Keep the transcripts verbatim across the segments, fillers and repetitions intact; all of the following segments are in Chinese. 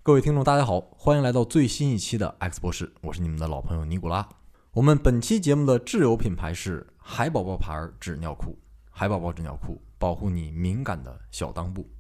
各位听众大家好，欢迎来到最新一期的 X 博士，我是你们的老朋友尼古拉。我们本期节目的挚友品牌是海宝宝牌纸尿裤，海宝宝纸尿裤保护你敏感的小裆部。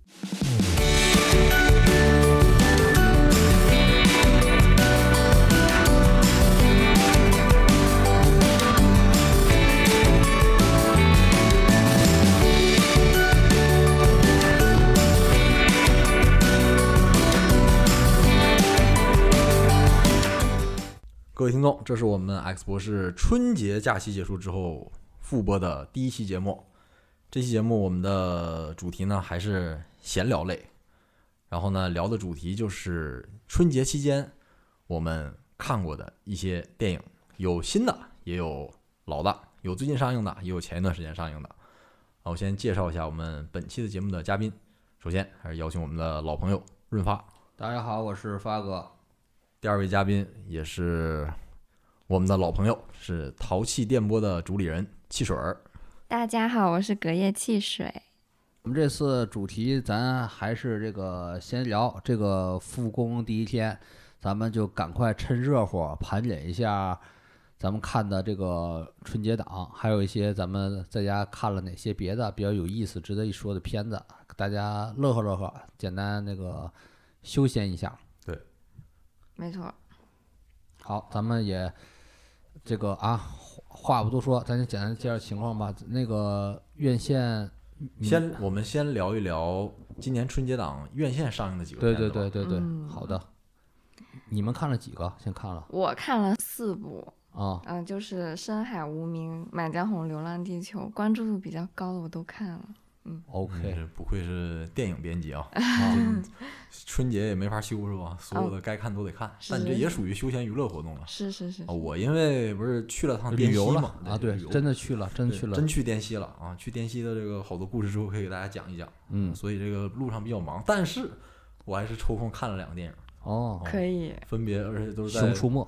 各位听众，这是我们 X 博士春节假期结束之后复播的第一期节目。这期节目我们的主题呢还是闲聊类，然后呢聊的主题就是春节期间我们看过的一些电影，有新的也有老的，有最近上映的也有前一段时间上映的。我先介绍一下我们本期的节目的嘉宾，首先还是邀请我们的老朋友润发。 大家好，我是发哥。 第二位嘉宾也是我们的老朋友，是淘气电波的主理人汽水儿。 大家好，我是隔夜汽水。 我们这次主题咱还是这个先聊这个复工第一天，咱们就赶快趁热乎盘点一下咱们看的这个春节档，还有一些咱们在家看了哪些别的比较有意思值得一说的片子，大家乐呵乐呵，简单那个休闲一下。 对， 没错。 好，咱们也这个啊，话不多说，咱就简单介绍情况吧。那个院线， 先我们先聊一聊今年春节档院线上映的几个片子。 对对对对对， 嗯、 好的。你们看了几个？先看了。 我看了四部。 啊， 嗯、呃，就是《深海无名》《满江红》《流浪地球》，关注度比较高的我都看了。嗯 ，OK， 嗯、不愧是电影编辑啊，春节也没法休是吧？所有的该看都得看， 哦、 但这也属于休闲娱乐活动了。 是是是、 啊。我因为不是去了趟滇西嘛， 啊，对，真的去了，真去了， 真去滇西了啊！去滇西的这个好多故事之后，可以给大家讲一讲。 嗯， 所以这个路上比较忙，但是我还是抽空看了两个电影。 哦， 可以， 分别而且都是在 《熊出没》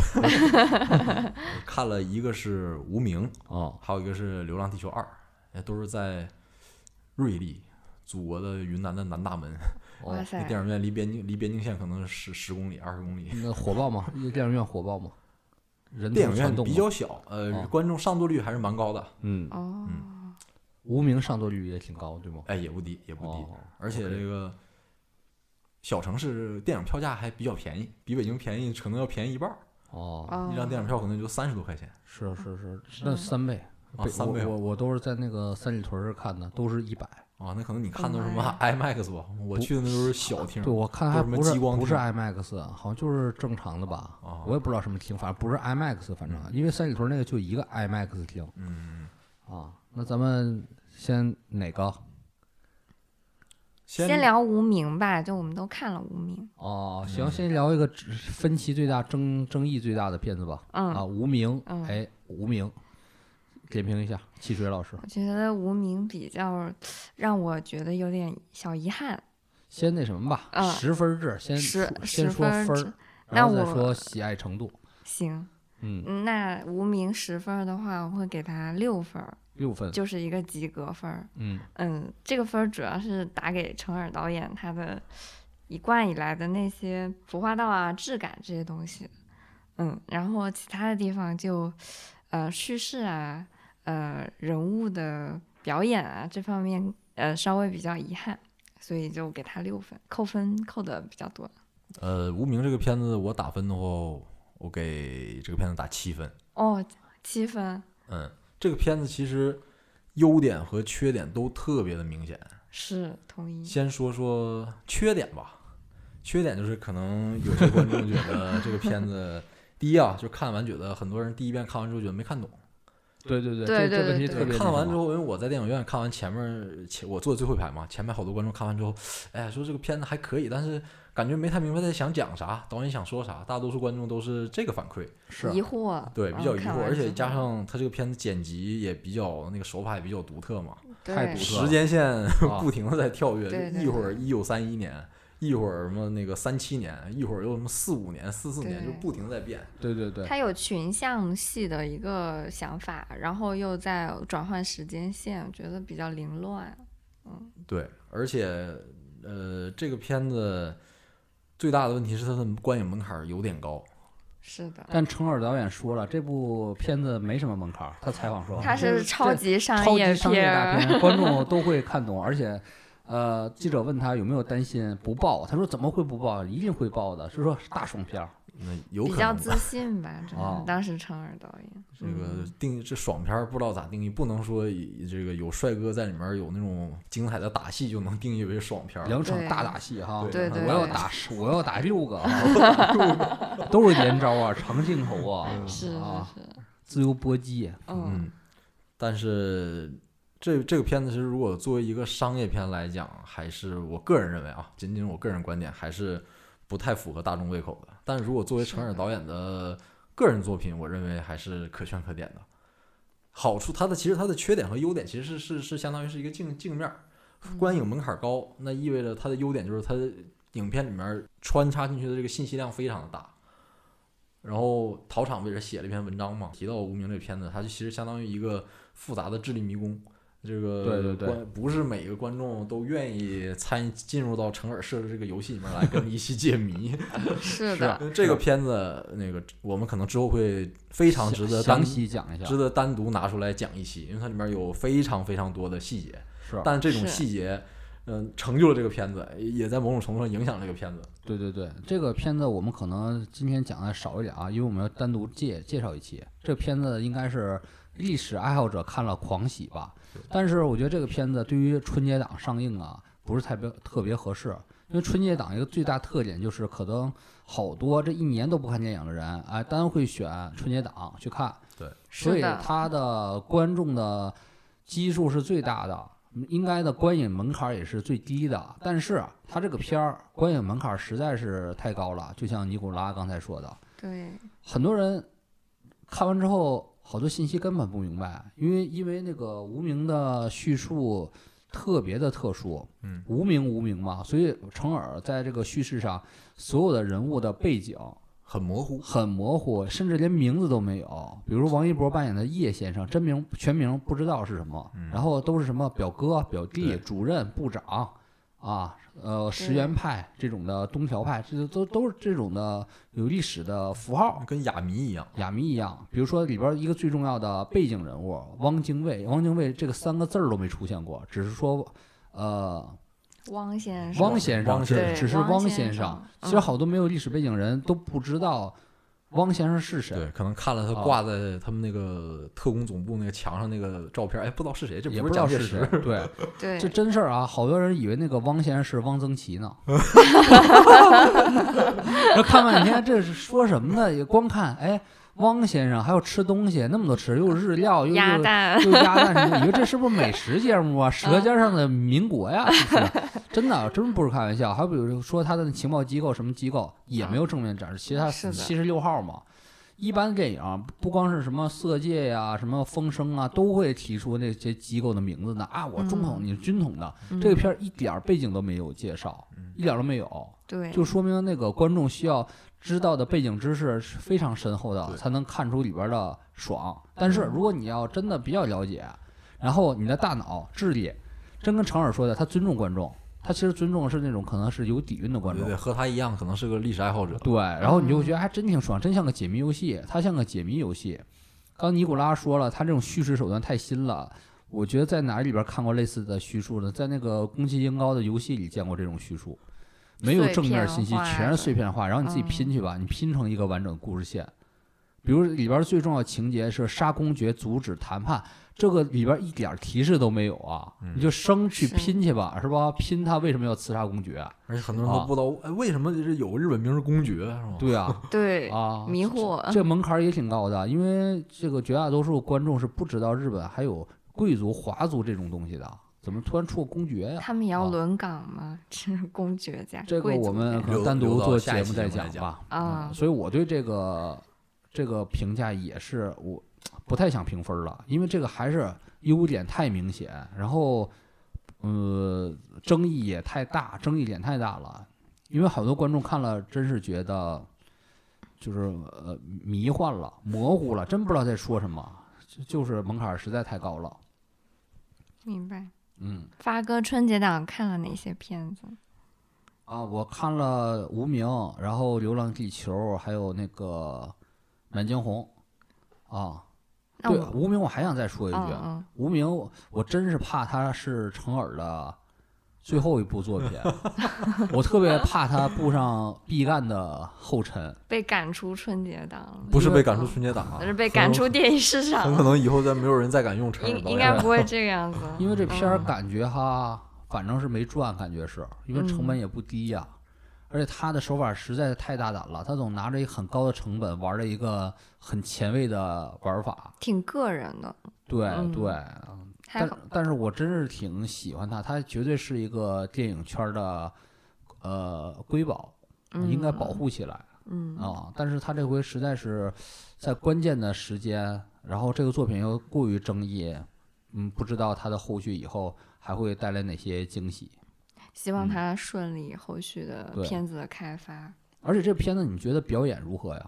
看了一个是《无名》， 哦， 还有一个是《流浪地球二》，都是在瑞丽，祖国的云南的南大门。 哇塞！ 电影院离边境离边境线可能十十公里、二十公里。 那火爆吗？电影院火爆吗？人电影院比较小，呃， 哦、 观众上座率还是蛮高的。 嗯哦， 嗯， 无名上座率也挺高，对吗？ 哎，也不低，也不低。 哦、 而且这个小城市电影票价还比较便宜，比北京便宜，可能要便宜一半。 哦， 一张电影票可能就三十多块钱。 是是是，那三倍。 啊，三倍！ 我我都是在那个三里屯看的，都是一百。 啊，那可能你看的什么 IMAX 吧？我去的那都是小厅。 对，我看还不是不是 IMAX， 好像就是正常的吧？ 啊， 我也不知道什么厅，反正不是 IMAX， 反正、嗯、因为三里屯那个就一个 IMAX 厅。 嗯。 啊，那咱们先哪个？ 先, 先聊无名吧，就我们都看了无名。 哦，行，先聊一个分歧最大、争争议最大的片子吧。 嗯啊，无名， 嗯、 哎，无名。点评一下，汽水老师。 我觉得无名比较让我觉得有点小遗憾。 先那什么吧， 嗯、 十分制，先十先说分儿，然后再说喜爱程度。 行， 嗯， 那无名十分的话，我会给他六分。 六分就是一个及格分。 嗯嗯，这个分主要是打给程耳导演他的一贯以来的那些服化道啊、质感这些东西。嗯，然后其他的地方就呃叙事啊。呃，人物的表演啊，这方面呃稍微比较遗憾，所以就给他六分，扣分扣的比较多。 呃，无名这个片子我打分的话，我给这个片子打七分。 哦，七分。 嗯，这个片子其实优点和缺点都特别的明显。 是，同意。 先说说缺点吧，缺点就是可能有些观众觉得这个片子，第一啊，就看完觉得很多人第一遍看完之后觉得没看懂。 对对对， 对对这问题特别。 看完之后，因为我在电影院看完前面，前我坐的最后一排嘛，前面好多观众看完之后，哎呀，说这个片子还可以，但是感觉没太明白在想讲啥，导演想说啥。大多数观众都是这个反馈， 是疑惑， 对，比较疑惑， 嗯、 而且加上他这个片子剪辑也比较那个手法也比较独特嘛， 太独特了， 时间线不停的在跳跃， 对对对， 一会儿一九三一年。一会儿什么那个三七年，一会儿又什么四五年、四四年，就不停在变。 对对对， 它有群像戏的一个想法，然后又在转换时间线，我觉得比较凌乱。嗯， 对，而且呃，这个片子最大的问题是它的观影门槛有点高。 是的， 但程耳导演说了，这部片子没什么门槛，他采访说， 它是超级商超业级商业大片， 片，观众都会看懂，而且。呃，记者问他有没有担心不爆，他说怎么会不爆？一定会爆的，是说大爽片儿。 那有可能比较自信吧，真的。 哦、 当时程耳导演这个定这爽片儿不知道咋定义，不能说以这个有帅哥在里面有那种精彩的打戏就能定义为爽片儿。 两场大打戏哈， 对对， 我要打十，我要打六个啊，都是连招啊，长镜头啊， 是啊是自由搏击， 嗯， 但是。这这个片子其实如果作为一个商业片来讲，还是我个人认为啊，仅仅我个人观点，还是不太符合大众胃口的。但如果作为程耳导演的个人作品，我认为还是可圈可点的。好处，它的其实它的缺点和优点其实是是是相当于是一个镜镜面。观影门槛高，那意味着它的优点就是它的影片里面穿插进去的这个信息量非常的大。然后陶厂不也是写了一篇文章嘛，提到《无名》这个片子，它就其实相当于一个复杂的智力迷宫。这个对对对， 不是每个观众都愿意参进入到程耳设的这个游戏里面来跟你一起解谜。 是的， 这个片子那个我们可能之后会非常值得详细讲一下， 值得单独拿出来讲一期，因为它里面有非常非常多的细节。 是， 但这种细节，嗯，成就了这个片子，也在某种程度上影响这个片子。 对对对，这个片子我们可能今天讲的少一点啊，因为我们要单独介介绍一期。这个片子应该是历史爱好者看了狂喜吧。但是我觉得这个片子对于春节档上映啊，不是特别特别合适，因为春节档一个最大特点就是可能好多这一年都不看电影的人，哎，单会选春节档去看， 对， 所以它的观众的基数是最大的，应该的观影门槛也是最低的。但是它这个片儿观影门槛实在是太高了，就像尼古拉刚才说的， 对， 很多人看完之后。好多信息根本不明白，因为因为那个无名的叙述特别的特殊， 嗯， 无名无名嘛，所以程耳在这个叙事上，所有的人物的背景很模糊， 很模糊，甚至连名字都没有。比如王一博扮演的叶先生，真名全名不知道是什么， 嗯、 然后都是什么表哥、表弟、主任、部长啊。呃，石原派这种的，东条派，这都都是这种的有历史的符号， 跟哑谜一样， 哑谜一样。比如说里边一个最重要的背景人物汪精卫，汪精卫这个三个字儿都没出现过，只是说，呃， 汪先生， 汪先生， 只只是汪先生。 其实好多没有历史背景人都不知道汪先生是谁。 对，可能看了他挂在他们那个特工总部那个墙上那个照片，哎，不知道是谁，这也不知道是谁。对对， 这真事儿啊！好多人以为那个汪先生是汪曾祺呢。看半天这是说什么呢？也光看，哎，汪先生还要吃东西，那么多吃，又日料，又鸭蛋， 又鸭蛋什么？以为这是不是美食节目啊？舌尖上的民国呀，是不是？真的，真不是开玩笑。还比如说他的情报机构什么机构也没有正面展示，其实他七十六号嘛。一般电影不光是什么色戒呀、什么风声啊，都会提出那些机构的名字呢。啊，我中统，你是军统的。 嗯、 这个片儿一点背景都没有介绍， 嗯、 一点都没有。 对， 就说明那个观众需要知道的背景知识是非常深厚的，才能看出里边的爽。但是如果你要真的比较了解，然后你的大脑智力，真跟程耳说的，他尊重观众。他其实尊重的是那种可能是有底蕴的观众， 对对，和他一样，可能是个历史爱好者。 对，然后你就觉得还真挺爽，真像个解谜游戏，它像个解谜游戏。刚尼古拉说了，他这种叙事手段太新了。我觉得在哪里边看过类似的叙述呢？在那个宫崎英高的游戏里见过这种叙述，没有正面信息，全是碎片化，然后你自己拼去吧， 嗯、 你拼成一个完整的故事线。比如里边最重要的情节是杀公爵阻止谈判。这个里边一点提示都没有啊！ 嗯、 你就生去拼去吧，是, 是吧？拼他为什么要刺杀公爵？ 而且很多人都不知道，哎、啊，为什么这有个日本名是公爵，是吧？ 对啊， 对啊， 迷惑。 这, 这门槛也挺高的，因为这个绝大多数观众是不知道日本还有贵族、华族这种东西的，怎么突然出个公爵呀？ 他们也要轮岗吗？是、啊、公爵加这个我们可能单独做节目再讲吧。 啊、 嗯，所以我对这个这个评价也是我不太想评分了，因为这个还是。优点太明显，然后，呃，争议也太大，争议点太大了，因为好多观众看了，真是觉得，就是呃迷幻了、模糊了，真不知道在说什么，就是门槛实在太高了。 明白。 嗯， 发哥春节档看了哪些片子？ 啊，我看了《无名》，然后《流浪地球》，还有那个《满江红》啊。对，《无名》我还想再说一句， 嗯嗯 《无名》我真是怕他是程耳的最后一部作品，我特别怕他步上毕赣的后尘， 被赶出春节档了。 不是被赶出春节档啊， 而是被赶出电影市场了。 很可能以后再没有人再敢用程耳导演。 应应该不会这个样子。 因为这片儿感觉哈，反正是没赚，感觉是因为成本也不低呀、啊嗯，而且他的手法实在是太大胆了，他总拿着一个很高的成本玩了一个很前卫的玩法， 挺个人的。 对、 嗯、 对。但但是我真是挺喜欢他，他绝对是一个电影圈的呃瑰宝，应该保护起来。 嗯啊，但是他这回实在是在关键的时间，然后这个作品又过于争议，嗯，不知道他的后续以后还会带来哪些惊喜。 希望他顺利后续的片子的开发。 嗯、而且这片子你觉得表演如何呀？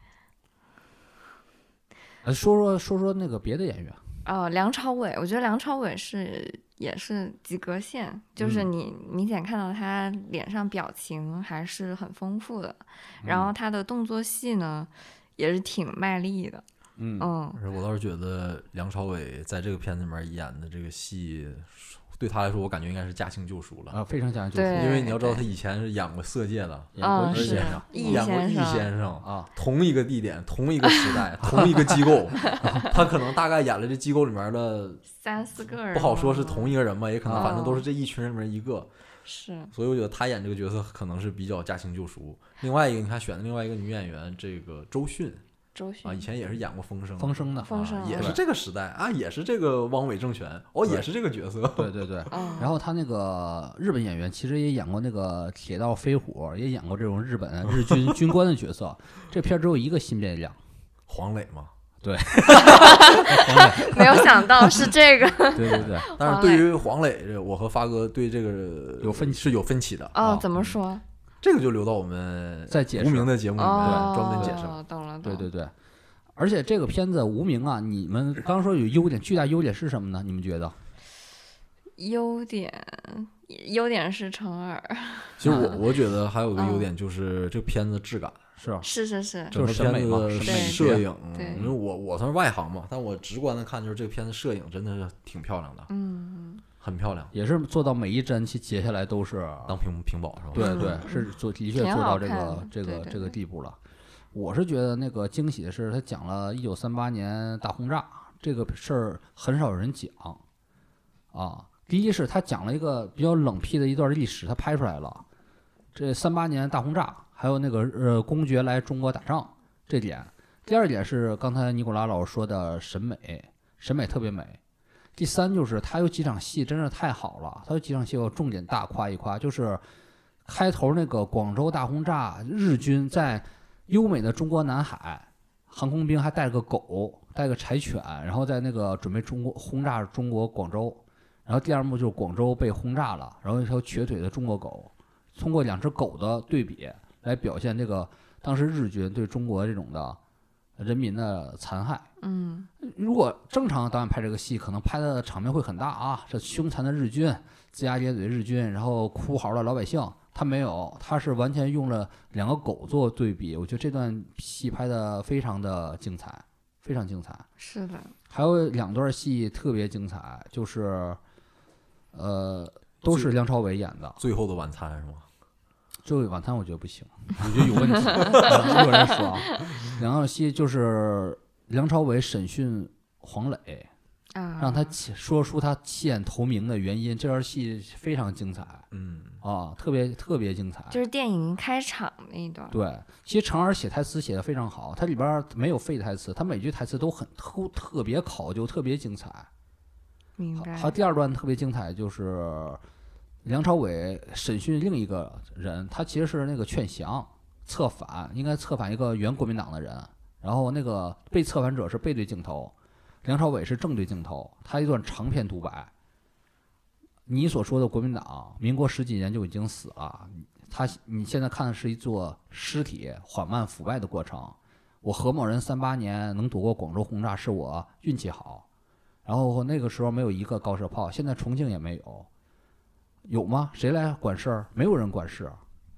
呃，说说说说那个别的演员。 哦，梁朝伟，我觉得梁朝伟是也是及格线，就是你明显看到他脸上表情还是很丰富的，嗯、然后他的动作戏呢也是挺卖力的。 嗯嗯， 我倒是觉得梁朝伟在这个片子里面演的这个戏，对他来说，我感觉应该是驾轻就熟了啊，非常驾轻就熟。 因为你要知道，他以前是演过《色戒》的， 演过易先生，演过易先生啊， 同一个地点、同一个时代、同一个机构，他可能大概演了这机构里面的三四个人， 不好说是同一个人吧，也可能反正都是这一群人里面一个。 是， 所以我觉得他演这个角色可能是比较驾轻就熟。另外一个，你看选的另外一个女演员，这个周迅。 周迅啊，以前也是演过风声， 风声的， 风声、 啊、也是这个时代啊，也是这个汪伪政权，哦，也是这个角色， 对对对。然后他那个日本演员其实也演过那个《铁道飞虎》，也演过这种日本日军军官的角色。这片只有一个新变量， 黄磊嘛， 对， 没有想到是这个， 对对对。 但是对于黄磊，我和发哥对这个有分是有分歧的哦，怎么说？ 这个就留到我们在解释无名的节目里面专门解释。 哦，懂了， 对对对。而且这个片子无名啊，你们刚刚说有优点，巨大优点是什么呢？你们觉得？ 优点，优点是程耳。 其实我我觉得还有个优点就是这个片子质感， 是是是是， 整个片子摄影，因为我我算是外行嘛，但我直观的看就是这个片子摄影真的是挺漂亮的， 嗯， 很漂亮， 也是做到每一帧去截下来都是当屏屏保是吧？ 对对，是做的确做到这个这个对对对这个地步了。我是觉得那个惊喜的是，他讲了一九三八年大轰炸这个事儿，很少有人讲啊。第一是他讲了一个比较冷僻的一段历史，他拍出来了。这三八年大轰炸，还有那个呃公爵来中国打仗这点。第二点是刚才尼古拉老师说的审美，审美特别美。第三就是他有几场戏真是太好了，他有几场戏我重点大夸一夸，就是开头那个广州大轰炸，日军在优美的中国南海，航空兵还带了个狗，带个柴犬，然后在那个准备中国轰炸中国广州。然后第二幕就是广州被轰炸了，然后一条瘸腿的中国狗，通过两只狗的对比来表现这个当时日军对中国这种的人民的残害。 嗯， 如果正常导演拍这个戏，可能拍的场面会很大啊，这凶残的日军，龇牙咧嘴日军，然后哭嚎的老百姓。他没有，他是完全用了两个狗做对比，我觉得这段戏拍的非常的精彩，非常精彩。 是的， 还有两段戏特别精彩，就是呃都是梁朝伟演的。 最后的晚餐是吗？ 最后晚餐我觉得不行，我觉得有问题。有人说啊，两段戏就是梁朝伟审讯黄磊。 啊， 让他说出他弃暗投明的原因，这段戏非常精彩， 嗯啊，特别特别精彩， 就是电影开场那一段。 对，其实程耳写台词写的非常好，他里边没有废台词，他每句台词都很特特别考究，特别精彩。 明白。 好，第二段特别精彩，就是梁朝伟审讯另一个人，他其实是那个劝降策反，应该策反一个原国民党的人，然后那个被策反者是背对镜头。梁朝伟是正对镜头，他一段长篇独白。你所说的国民党，民国十几年就已经死了，他你现在看的是一座尸体缓慢腐败的过程。我何某人三八年能躲过广州轰炸，是我运气好。然后那个时候没有一个高射炮，现在重庆也没有，有吗？谁来管事儿？没有人管事。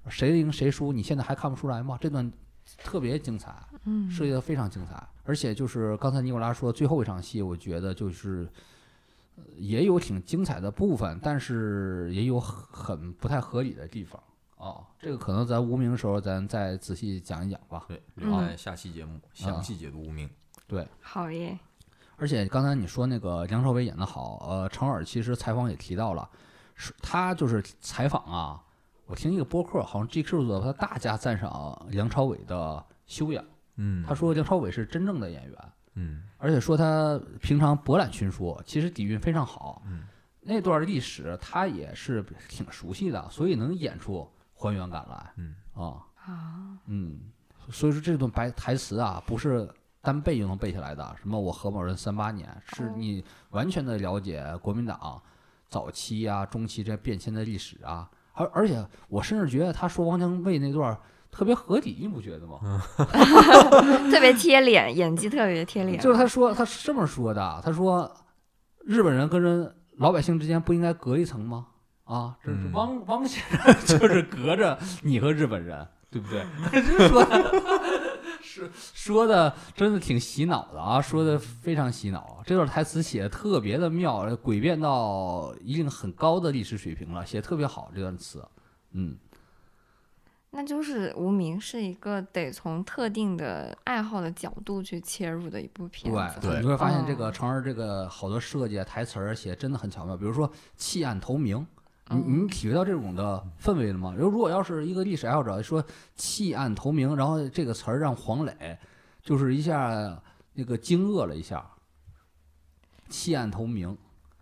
谁赢谁输，你现在还看不出来吗？这段特别精彩， 嗯， 设计的非常精彩，而且就是刚才尼古拉说最后一场戏，我觉得就是也有挺精彩的部分，但是也有很不太合理的地方啊。这个可能咱无名的时候咱再仔细讲一讲吧。 对，留在下期节目、嗯、详细解读无名。 对， 好耶。 而且刚才你说那个梁朝伟演的好，呃，程耳其实采访也提到了，是他就是采访啊，我听一个播客，好像 G Q 做的，他大加赞赏梁朝伟的修养。 嗯， 他说梁朝伟是真正的演员。 嗯， 而且说他平常博览群书，其实底蕴非常好。 嗯， 那段历史他也是挺熟悉的，所以能演出还原感来。 嗯啊啊， 嗯，所以说这段白台词啊，不是单背就能背下来的。什么我何某人三八年，是你完全的了解国民党早期啊、中期这变迁的历史啊。而而且我甚至觉得他说王家卫那段特别合理，你不觉得吗？ 特别贴脸，演技特别贴脸。 就是他说他是这么说的，他说日本人跟人老百姓之间不应该隔一层吗？啊，这是汪、嗯、汪先生就是隔着你和日本人，对不对？这说的是说的真的挺洗脑的啊，说的非常洗脑。这段台词写的特别的妙，诡辩到一定很高的历史水平了，写的特别好这段词，嗯。 那就是无名是一个得从特定的爱好的角度去切入的一部片子。 对，你会发现这个成儿这个好多设计台词儿写真的很巧妙。比如说弃暗投明，你你体会到这种的氛围了吗？如果要是一个历史爱好者说弃暗投明，然后这个词儿让黄磊就是一下那个惊愕了一下，弃暗投明。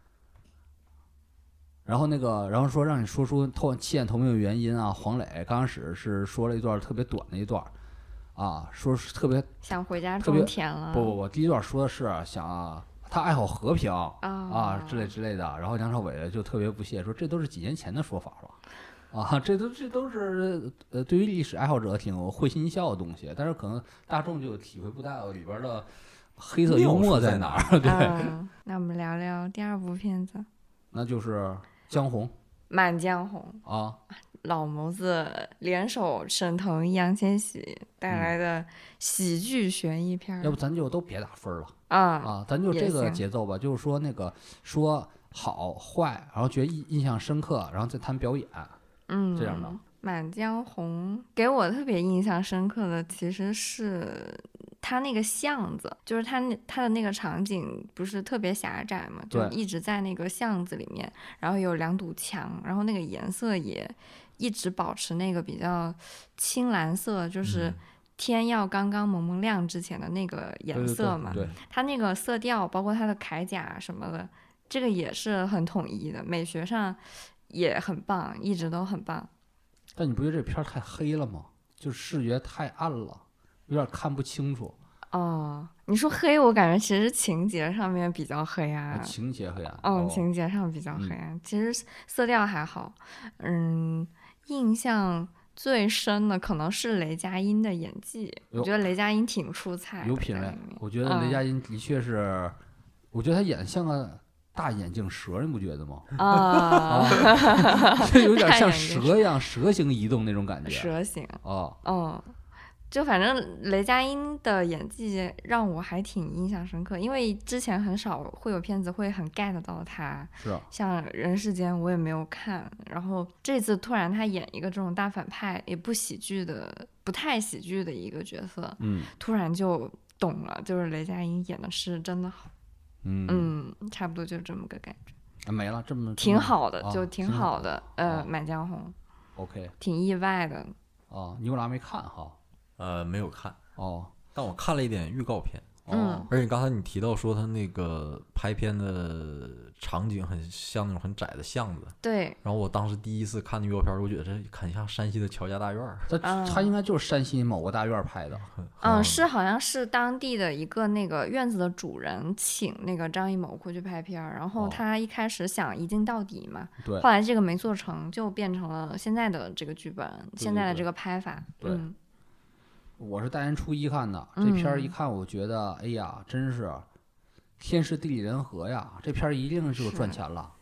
然后那个，然后说让你说出投弃暗投明的原因啊。黄磊刚开始是说了一段特别短的一段，啊，说是特别想回家种田了。 不不不，第一段说的是想、啊、他爱好和平、 哦、 啊之类之类的。然后梁朝伟就特别不屑说，这都是几年前的说法了，啊，这都这都是呃对于历史爱好者挺会心一笑的东西，但是可能大众就体会不到里边的黑色幽默在哪儿。对、 嗯，那我们聊聊第二部片子， 那就是江红， 满江红啊， 老谋子联手沈腾、易烊千玺带来的喜剧悬疑片、 嗯、要不咱就都别打分了啊啊，咱就这个节奏吧，就是说那个说好坏，然后觉得印印象深刻，然后再谈表演， 嗯， 这样的。 满江红给我特别印象深刻的其实是他那个巷子，就是他那他的那个场景不是特别狭窄嘛，就一直在那个巷子里面，然后有两堵墙，然后那个颜色也一直保持那个比较青蓝色，就是天要刚刚蒙蒙亮之前的那个颜色嘛。 对对对对， 它那个色调包括它的铠甲什么的，这个也是很统一的，美学上也很棒，一直都很棒。 但你不觉得这片儿太黑了吗？就是视觉太暗了，有点看不清楚。 哦，你说黑，我感觉其实情节上面比较黑暗。 啊、情节黑暗。 嗯、 哦， 情节上比较黑暗、 嗯， 其实色调还好。嗯，印象最深的可能是雷佳音的演技，我觉得雷佳音挺出彩的， 有品位。我觉得雷佳音的确是，嗯、我觉得他演像个大眼镜蛇，你不觉得吗？ 啊， 就有点像蛇一样，蛇形移动那种感觉。 蛇形。 哦， 嗯，就反正雷佳音的演技让我还挺印象深刻，因为之前很少会有片子会很 get 到他。 是啊。 像《人世间》我也没有看，然后这次突然他演一个这种大反派，也不喜剧的，不太喜剧的一个角色， 嗯， 突然就懂了，就是雷佳音演的是真的好。 嗯嗯，差不多就这么个感觉。 啊、没了，这么挺好的， 啊、 就挺好的。 好呃， 啊、 满江红 ，OK， 挺意外的。 哦，你我俩没看哈？ 呃，没有看。 哦， 但我看了一点预告片。 嗯， 而且刚才你提到说他那个拍片的场景很像那种很窄的巷子， 对。 然后我当时第一次看那预告片，我觉得这很像山西的乔家大院儿。 他、嗯、他应该就是山西某个大院拍的。 嗯，是好像是当地的一个那个院子的主人请那个张艺谋过去拍片，然后他一开始想一镜到底嘛， 对、哦。 后来这个没做成，就变成了现在的这个剧本，对对对，现在的这个拍法。 对。 嗯。 我是大年初一看的，这片儿一看，我觉得、嗯，哎呀，真是天时地利人和呀！这片儿一定就赚钱了，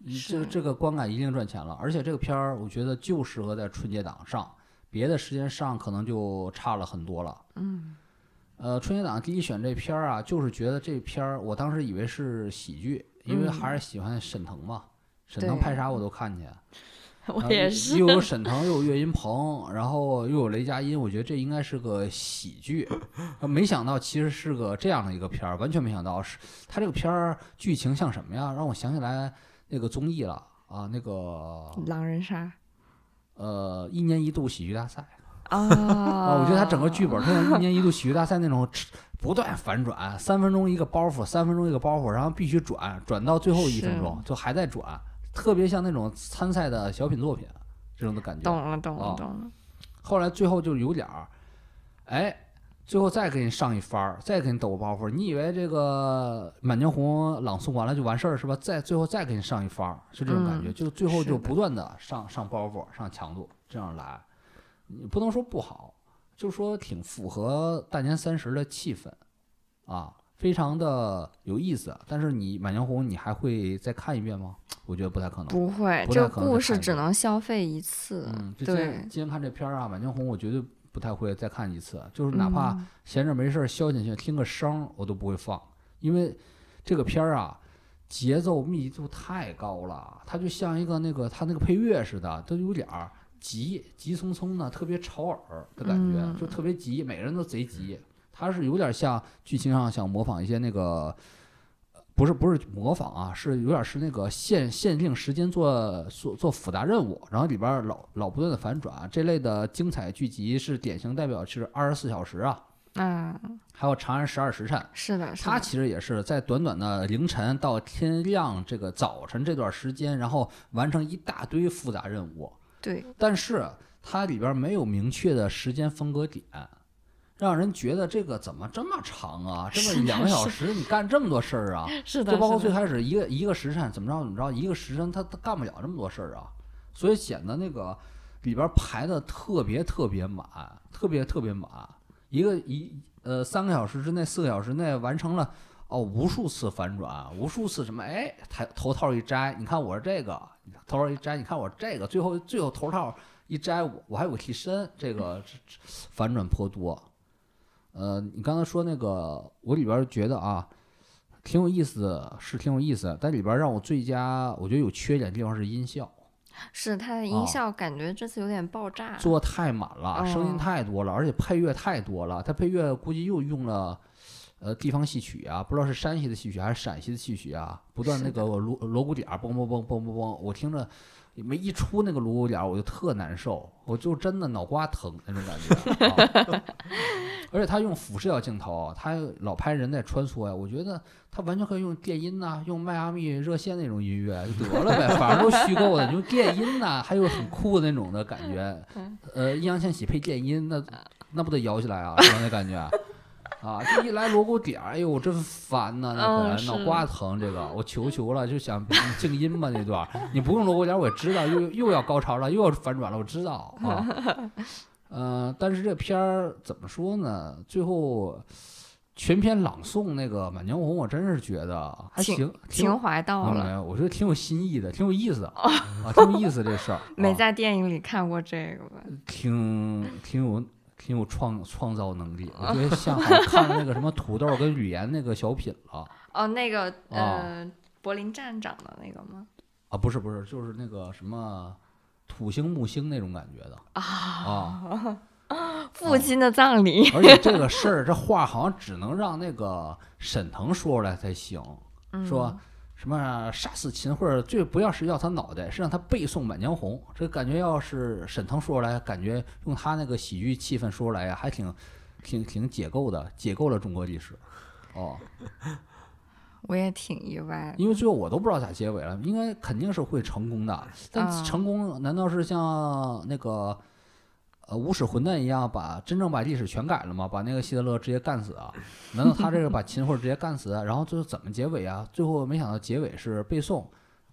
这这个观感一定赚钱了。而且这个片儿，我觉得就适合在春节档上，别的时间上可能就差了很多了。 嗯， 呃，春节档第一选这片儿啊，就是觉得这片儿，我当时以为是喜剧，因为还是喜欢沈腾嘛，沈腾拍啥我都看见。 我也是， 又有沈腾，又有岳云鹏，然后又有雷佳音，我觉得这应该是个喜剧，没想到其实是个这样的一个片儿，完全没想到是他这个片儿剧情像什么呀？让我想起来那个综艺了啊，那个狼人杀， 呃，一年一度喜剧大赛啊， 啊，我觉得他整个剧本，他像一年一度喜剧大赛那种不断反转，三分钟一个包袱，三分钟一个包袱，然后必须转，转到最后一分钟就还在转。特别像那种参赛的小品作品，这种的感觉。 懂了，懂了， 哦、 懂了。 后来最后就有点儿，哎，最后再给你上一番儿，再给你抖个包袱。你以为这个《满江红》朗诵完了就完事儿是吧？再最后再给你上一番儿，是这种感觉。 嗯、 就最后就不断的上上包袱、上强度，这样来，你不能说不好，就说挺符合大年三十的气氛，啊。非常的有意思，但是你《满江红》你还会再看一遍吗？我觉得不太可能。 不会，这故事只能消费一次。 嗯， 对。 今天看这片儿啊，《满江红》我绝对不太会再看一次，就是哪怕闲着没事儿消遣消遣，听个声我都不会放，因为这个片儿啊，节奏密度太高了，它就像一个那个它那个配乐似的，都有点儿急急匆匆的，特别吵耳的感觉， 嗯、 就特别急，每个人都贼急。它是有点像剧情上想模仿一些那个，不是不是模仿啊，是有点是那个限限定时间做做做复杂任务，然后里边老老不断的反转，这类的精彩剧集是典型代表是二十四小时啊， 嗯， 还有长安十二时辰， 是的， 它其实也是在短短的凌晨到天亮这个早晨这段时间，然后完成一大堆复杂任务， 对， 但是它里边没有明确的时间分割点。让人觉得这个怎么这么长啊？这么两个小时，你干这么多事儿啊？ 是的， 就包括最开始一个一个时辰怎么着怎么着，一个时辰他他干不了这么多事儿啊，所以显得那个里边排的特别特别满，特别特别满。一个一呃三个小时之内、四个小时内完成了哦无数次反转，无数次什么哎头头套一摘，你看我是这个，头套一摘，你看我这个，最后最后头套一摘，我我还有个替身，这个反转颇多。呃，你刚才说那个，我里边觉得啊，挺有意思的，是挺有意思的，但里边让我最佳，我觉得有缺点的地方是音效， 是它的音效感觉这次有点爆炸， 啊、做太满了， 哦、 声音太多了，而且配乐太多了，它配乐估计又用了，呃，地方戏曲啊，不知道是山西的戏曲还是陕西的戏曲啊，不断那个锣锣鼓点，嘣嘣嘣嘣嘣嘣，我听着。没一出那个锣鼓点，我就特难受，我就真的脑瓜疼那种感觉。啊、而且他用俯视角镜头，他老拍人在穿梭呀，我觉得他完全可以用电音呐、啊，用迈阿密热线那种音乐就得了呗，反正都虚构的，用电音呐、啊，还有很酷的那种的感觉。呃，易烊千玺配电音，那那不得摇起来啊，是吧？那感觉。啊，这一来锣鼓点儿，哎呦，真烦呐！那可能脑瓜疼，这个我求求了，就想静音吧那段，你不用锣鼓点，我也知道，又又要高潮了，又要反转了，我知道啊。呃，但是这片儿怎么说呢？最后全篇朗诵那个《满江红》，我真是觉得还行， 情怀到了、 嗯。我觉得挺有新意的，挺有意思的啊，挺有意思这事儿。 没在电影里看过这个吧？ 挺挺有。挺有创创造能力，我觉得像好像看那个什么土豆跟吕岩那个小品了。 哦，那个呃，啊、柏林站长的那个吗？ 啊，不是不是，就是那个什么土星木星那种感觉的啊啊。父亲的葬礼。 而且这个事儿，这话好像只能让那个沈腾说出来才行， 嗯、 说。什么杀死秦桧，最不要是要他脑袋，是让他背诵《满江红》。这感觉要是沈腾说出来，感觉用他那个喜剧气氛说出来呀，还挺挺挺解构的，解构了中国历史。哦， 我也挺意外的， 因为最后我都不知道咋结尾了，应该肯定是会成功的。但成功难道是像那个呃无耻混蛋一样，把真正把历史全改了吗？把那个希特勒直接干死啊？难道他这个把秦桧直接干死，然后最后怎么结尾啊？最后没想到结尾是背诵，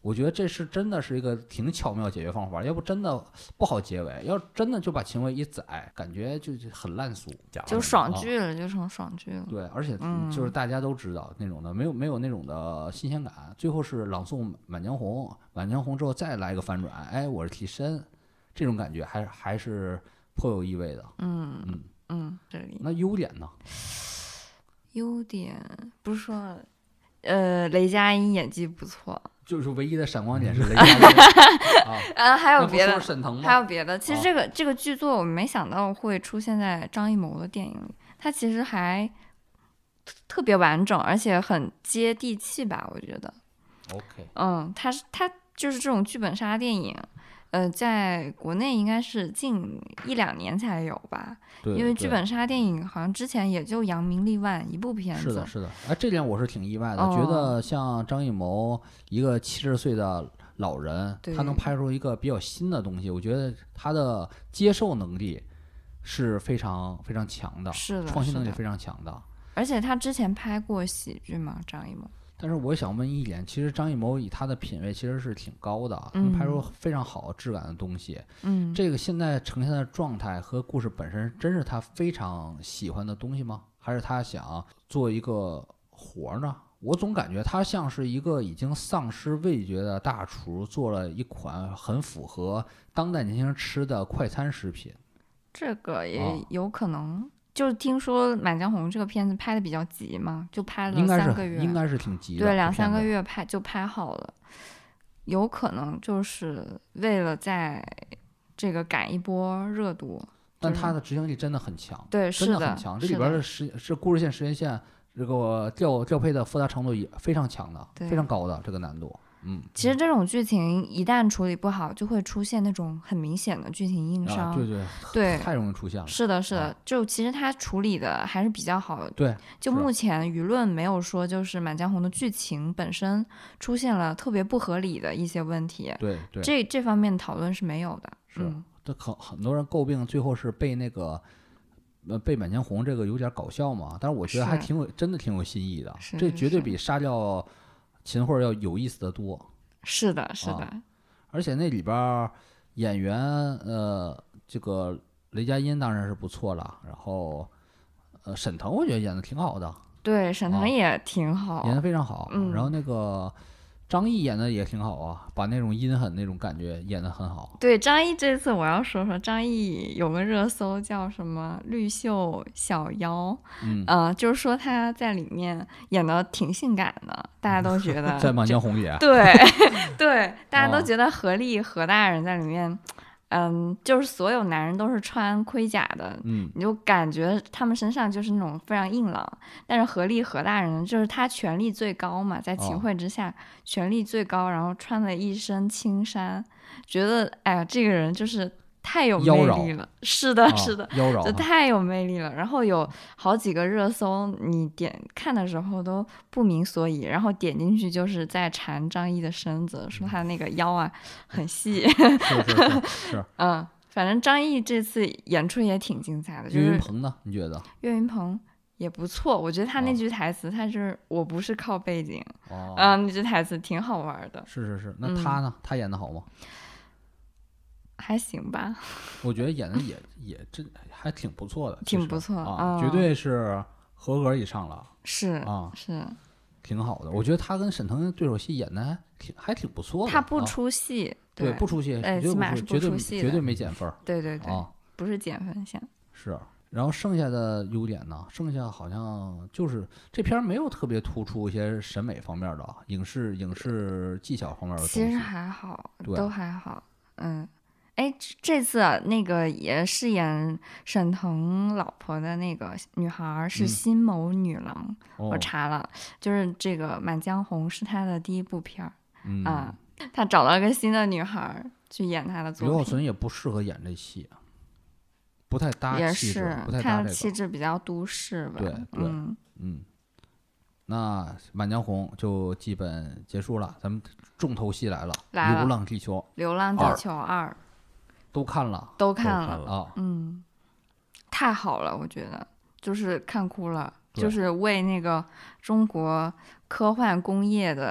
我觉得这是真的是一个挺巧妙解决方法，要不真的不好结尾。要真的就把情尾一宰，感觉就就很烂俗， 就爽剧了，就成爽剧了。 对，而且就是大家都知道那种的，嗯、没有没有那种的新鲜感。最后是朗诵《满江红》，《满江红》之后再来一个反转，哎，我是替身，这种感觉还还是颇有意味的。 嗯嗯嗯，这里那优点呢？ 优点不是说了，呃，雷佳音演技不错。 就是唯一的闪光点是雷佳音啊， 呃，还有别的， 沈腾吗？ 还有别的。其实这个、哦、这个剧作我没想到会出现在张艺谋的电影里，它其实还特别完整，而且很接地气吧，我觉得。 OK。 嗯，它是它就是这种剧本杀电影，呃，在国内应该是近一两年才有吧。 对， 因为剧本杀电影好像之前也就扬名立万一部片子。 是的，是的，哎，这点我是挺意外的，哦、觉得像张艺谋一个七十岁的老人，他能拍出一个比较新的东西，我觉得他的接受能力是非常非常强的， 是的， 创新能力非常强的。 而且他之前拍过喜剧嘛，张艺谋。 但是我想问一点，其实张艺谋以他的品味其实是挺高的，他能拍出非常好质感的东西。 嗯， 这个现在呈现的状态和故事本身，真是他非常喜欢的东西吗？还是他想做一个活呢？我总感觉他像是一个已经丧失味觉的大厨，做了一款很符合当代年轻人吃的快餐食品。 这个也有可能。哦，就是听说《满江红》这个片子拍的比较急嘛，就拍了三个月， 应该是挺急的， 对，两三个月拍就拍好了，有可能就是为了在这个赶一波热度。 但他的执行力真的很强， 对， 真的很强。这里边的时是故事线、时间线这个调调配的复杂程度也非常强的，非常高的这个难度。嗯， 其实这种剧情一旦处理不好，就会出现那种很明显的剧情硬伤。 啊、对对对， 太容易出现了。 是的，是的， 啊、 就其实他处理的还是比较好的。 对， 就目前舆论没有说就是《满江红》的剧情本身出现了特别不合理的一些问题。 对对， 这这方面讨论是没有的。 是， 嗯、 这很很多人诟病最后是被那个。呃，被《满江红》这个有点搞笑嘛，但是我觉得还挺有，真的挺有新意的。这绝对比杀掉秦桧要有意思的多。 是的，是的。 啊、而且那里边演员，呃，这个雷佳音当然是不错了，然后，呃，沈腾我觉得演的挺好的。 对，沈腾也挺好， 啊、演的非常好。 嗯、 然后那个。张译演的也挺好啊，把那种阴狠那种感觉演得很好。 对，张译这次我要说说，张译有个热搜叫什么“绿袖小妖”， 嗯、 呃，就是说他在里面演的挺性感的，大家都觉得在《满江红》里， 对对，大家都觉得何丽何大人在里面。嗯，就是所有男人都是穿盔甲的， 嗯， 你就感觉他们身上就是那种非常硬朗。但是何丽何大人就是他权力最高嘛，在秦桧之下、哦、权力最高，然后穿了一身青衫，觉得哎呀，这个人就是太有魅力了。是的，是的， 妖娆， 就太有魅力了。然后有好几个热搜，你点看的时候都不明所以，然后点进去就是在馋张译的身子，说他那个腰啊很细。 是是是是， 嗯，反正张译这次演出也挺精彩的。就是、 岳云鹏呢？你觉得？ 岳云鹏也不错，我觉得他那句台词，他是我不是靠背景， 哦、 嗯，那句台词挺好玩的。 是是是，那他呢？嗯、他演的好吗？ 还行吧， 我觉得演的也也真还挺不错的， 挺不错啊、嗯，绝对是合格以上了。 是啊， 是挺好的。我觉得他跟沈腾的对手戏演的还挺还挺不错的。 他不出戏， 啊、对, 对不出戏， 呃，起码是不出戏， 绝对没减分。 对对对， 啊， 不是减分项。 是，然后剩下的优点呢？剩下好像就是这片没有特别突出一些审美方面的影视影视技巧方面的东西。 其实还好，都还好，嗯。哎，这次、啊、那个也饰演沈腾老婆的那个女孩是辛某女郎、 嗯， 我查了，就是这个《满江红》是她的第一部片儿， 嗯啊，她找到一个新的女孩去演她的作品。 刘浩存也不适合演这戏，不太搭也气质， 是， 不太搭这个， 她的气质比较都市吧。 对对， 嗯嗯。那《满江红》就基本结束了，咱们重头戏来了， 来了 《流浪地球》。 《流浪地球二》 都看了， 都看了， 了啊！ 嗯，太好了，我觉得就是看哭了，就是为那个中国科幻工业的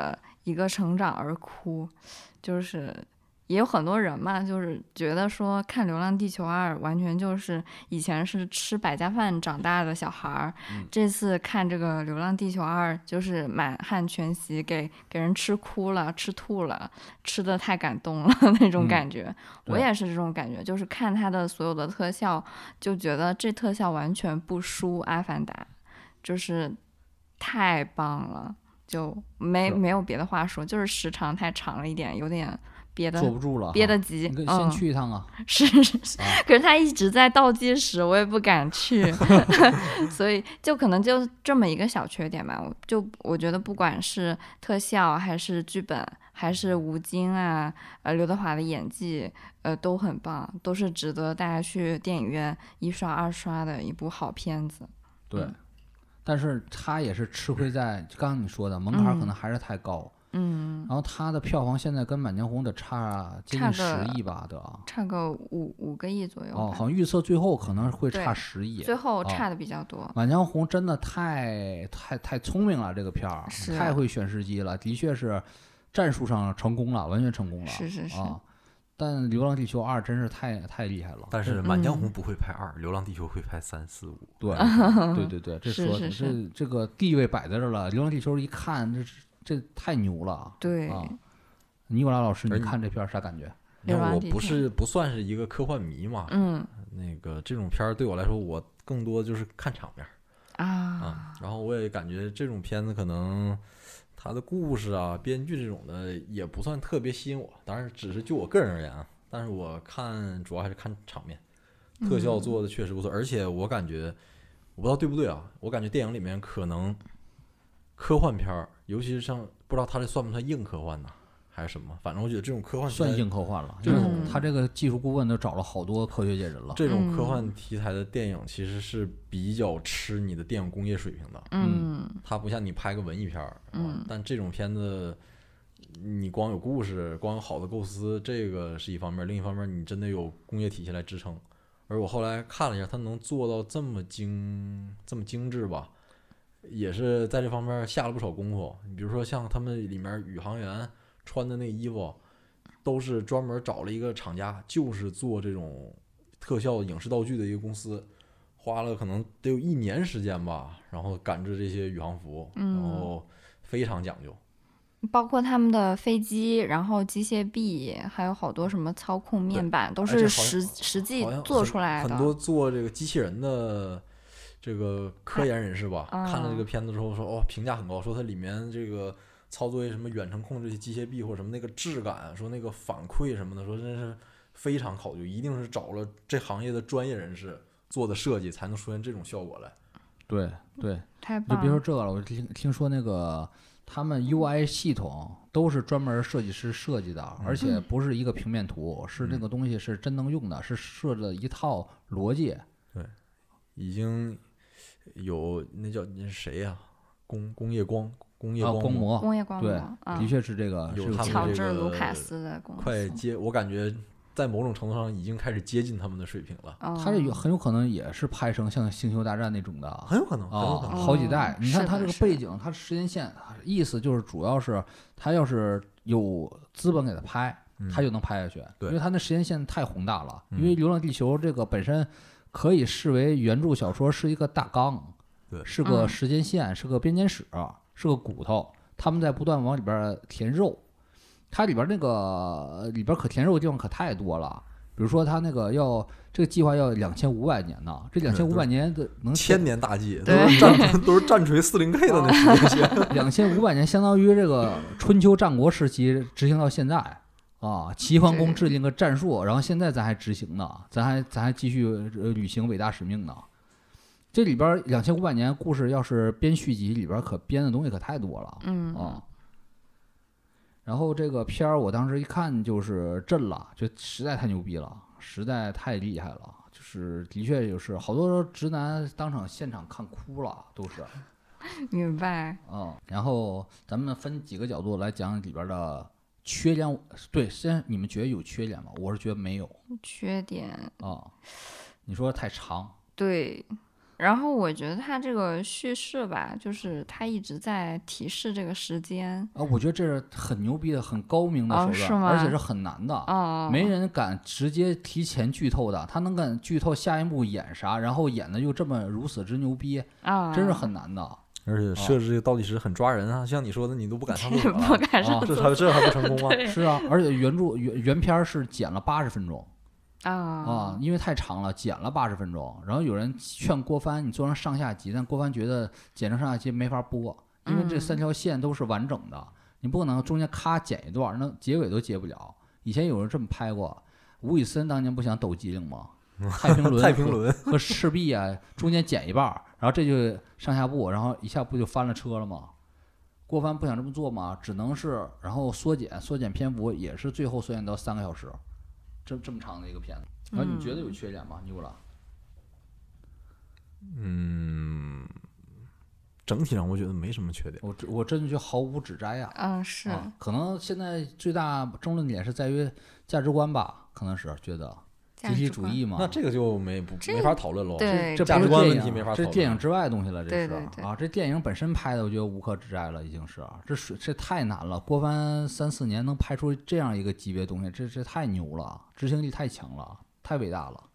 一个成长而哭，就是也有很多人嘛，就是觉得说看《流浪地球二》完全就是以前是吃百家饭长大的小孩儿， 嗯、 这次看这个《流浪地球二》就是满汉全席，给给人吃哭了，吃吐了，吃的太感动了那种感觉、嗯。我也是这种感觉，就是看它的所有的特效，就觉得这特效完全不输《阿凡达》，就是太棒了，就没没有别的话说，就是时长太长了一点，有点。憋的坐不住了， 憋得急， 你先去一趟啊！ 嗯、是是是、啊，可是他一直在倒计时，我也不敢去，所以就可能就这么一个小缺点吧。就我觉得，不管是特效还是剧本，还是吴京啊，呃，刘德华的演技，呃，都很棒，都是值得大家去电影院一刷二刷的一部好片子。 对， 嗯、 但是他也是吃亏在刚刚你说的门槛可能还是太高。 嗯嗯， 然后它的票房现在跟《满江红》得差接近十亿吧，得差个五五个亿左右。 哦，好像预测最后可能会差十亿， 最后差的比较多。 哦、满江红真的太太太聪明了，这个片儿太会选时机了，的确是战术上成功了，完全成功了。 是是是。 啊，但《流浪地球二》真是太太厉害了。 但是《满江红》不会拍二，嗯，《流浪地球》会拍三四五。 对对对对，这说是是是这这个地位摆在这儿了，《流浪地球》一看这是。这太牛了！ 对， 啊，尼古拉老师，你看这片啥感觉？ 因为我不是不算是一个科幻迷嘛， 嗯， 那个这种片儿对我来说，我更多就是看场面啊、 啊。然后我也感觉这种片子可能它的故事啊、编剧这种的也不算特别吸引我。当然，只是就我个人而言啊，但是我看主要还是看场面，特效做的确实不错，嗯、而且我感觉我不知道对不对啊，我感觉电影里面可能科幻片儿。尤其是像不知道他这算不算硬科幻呢，还是什么？反正我觉得这种科幻算硬科幻了， 这种他这个技术顾问都找了好多科学界人了。 这种科幻题材的电影其实是比较吃你的电影工业水平的。 嗯， 它不像你拍个文艺片儿， 嗯， 但这种片子你光有故事，光有好的构思，这个是一方面；另一方面，你真的有工业体系来支撑。而我后来看了一下，它能做到这么精这么精致吧？也是在这方面下了不少功夫。你比如说像他们里面宇航员穿的那衣服，都是专门找了一个厂家，就是做这种特效影视道具的一个公司，花了可能得有一年时间吧，然后赶制这些宇航服，然后非常讲究。 包括他们的飞机，然后机械臂，还有好多什么操控面板，都是实实际做出来的。 很多做这个机器人的这个科研人士吧， 啊、 看了这个片子之后说，哦，评价很高，说它里面这个操作什么远程控制这些机械臂或者什么那个质感，说那个反馈什么的，说真是非常考究，一定是找了这行业的专业人士做的设计，才能出现这种效果来。 对对， 太棒了！ 就别说这个了，我听听说那个他们 U I 系统都是专门设计师设计的， 嗯、 而且不是一个平面图，嗯、是那个东西是真能用的，嗯、是设了一套逻辑。 对，已经。有那叫那是谁呀、啊？工工业光工业光光模， 工业光模， 对， 嗯、 的确是这个。 有他们乔治卢卡斯的公司， 快接，我感觉在某种程度上已经开始接近他们的水平了。 哦、 他这有很有可能也是拍成像《星球大战》那种的， 很有可能， 啊、 很有可能， 好几代。 哦、 你看他这个背景，他时间线，意思就是主要是他要是有资本给他拍， 嗯、 他就能拍下去， 对， 因为他那时间线太宏大了。 嗯、 因为《流浪地球》这个本身可以视为原著小说是一个大纲。是个时间线，嗯、是个编年史，是个骨头，他们在不断往里边填肉。它里边那个里边可填肉的地方可太多了，比如说它那个要这个计划要两千五百年呢，这两千五百年的能千年大计，都是战都是战锤四零 K 的那时间线。 两千五百年相当于这个春秋战国时期执行到现在啊，齐桓公制定个战术，然后现在咱还执行呢，咱还咱还继续履行伟大使命呢。这里边两千五百年故事，要是编续集，里边可编的东西可太多了， 嗯啊。然后这个片儿，我当时一看就是震了，就实在太牛逼了，实在太厉害了，就是的确就是好多直男当场现场看哭了，都是。 明白。 嗯，然后咱们分几个角度来讲里边的缺点。对，先你们觉得有缺点吗？我是觉得没有。 缺点啊，你说太长。 对。 然后我觉得它这个叙事吧，就是它一直在提示这个时间。 啊，我觉得这是很牛逼的、很高明的手段， 哦是吗而且是很难的。 哦， 没人敢直接提前剧透的，他能敢剧透下一步演啥，然后演的又这么如此之牛逼， 啊， 真是很难的。 而且设置这个倒计时很抓人啊，像你说的，你都不敢上厕所不了， 啊敢上厕所。 这还这还不成功吗？ 对是啊，而且原著原原片儿是剪了八十分钟啊啊，因为太长了，剪了八十分钟。然后有人劝郭帆你做成上下集，但郭帆觉得剪成上下集没法播，因为这三条线都是完整的，你不可能中间咔剪一段，那结尾都接不了。以前有人这么拍过，吴宇森当年不想抖机灵吗？太平轮太平轮和赤壁啊，中间剪一半儿，然后这就上下部，然后一下不就翻了车了吗？郭帆不想这么做嘛，只能是然后缩减缩减篇幅，也是最后缩减到三个小时，这这么长的一个片子。然后你觉得有缺点吗？牛了？ 嗯，整体上我觉得没什么缺点。 我我真的觉得毫无指摘呀。 嗯，是、 啊，可能现在最大争论点是在于价值观吧，可能是觉得集体主义嘛。 那这个就没不没法讨论了。 对， 这价值观问题没法讨论。 这是电影之外的东西了，这是对对对啊，这电影本身拍的，我觉得无可指摘了，已经是这是这太难了。郭帆三四年能拍出这样一个级别的东西，这这太牛了，执行力太强了，太伟大了。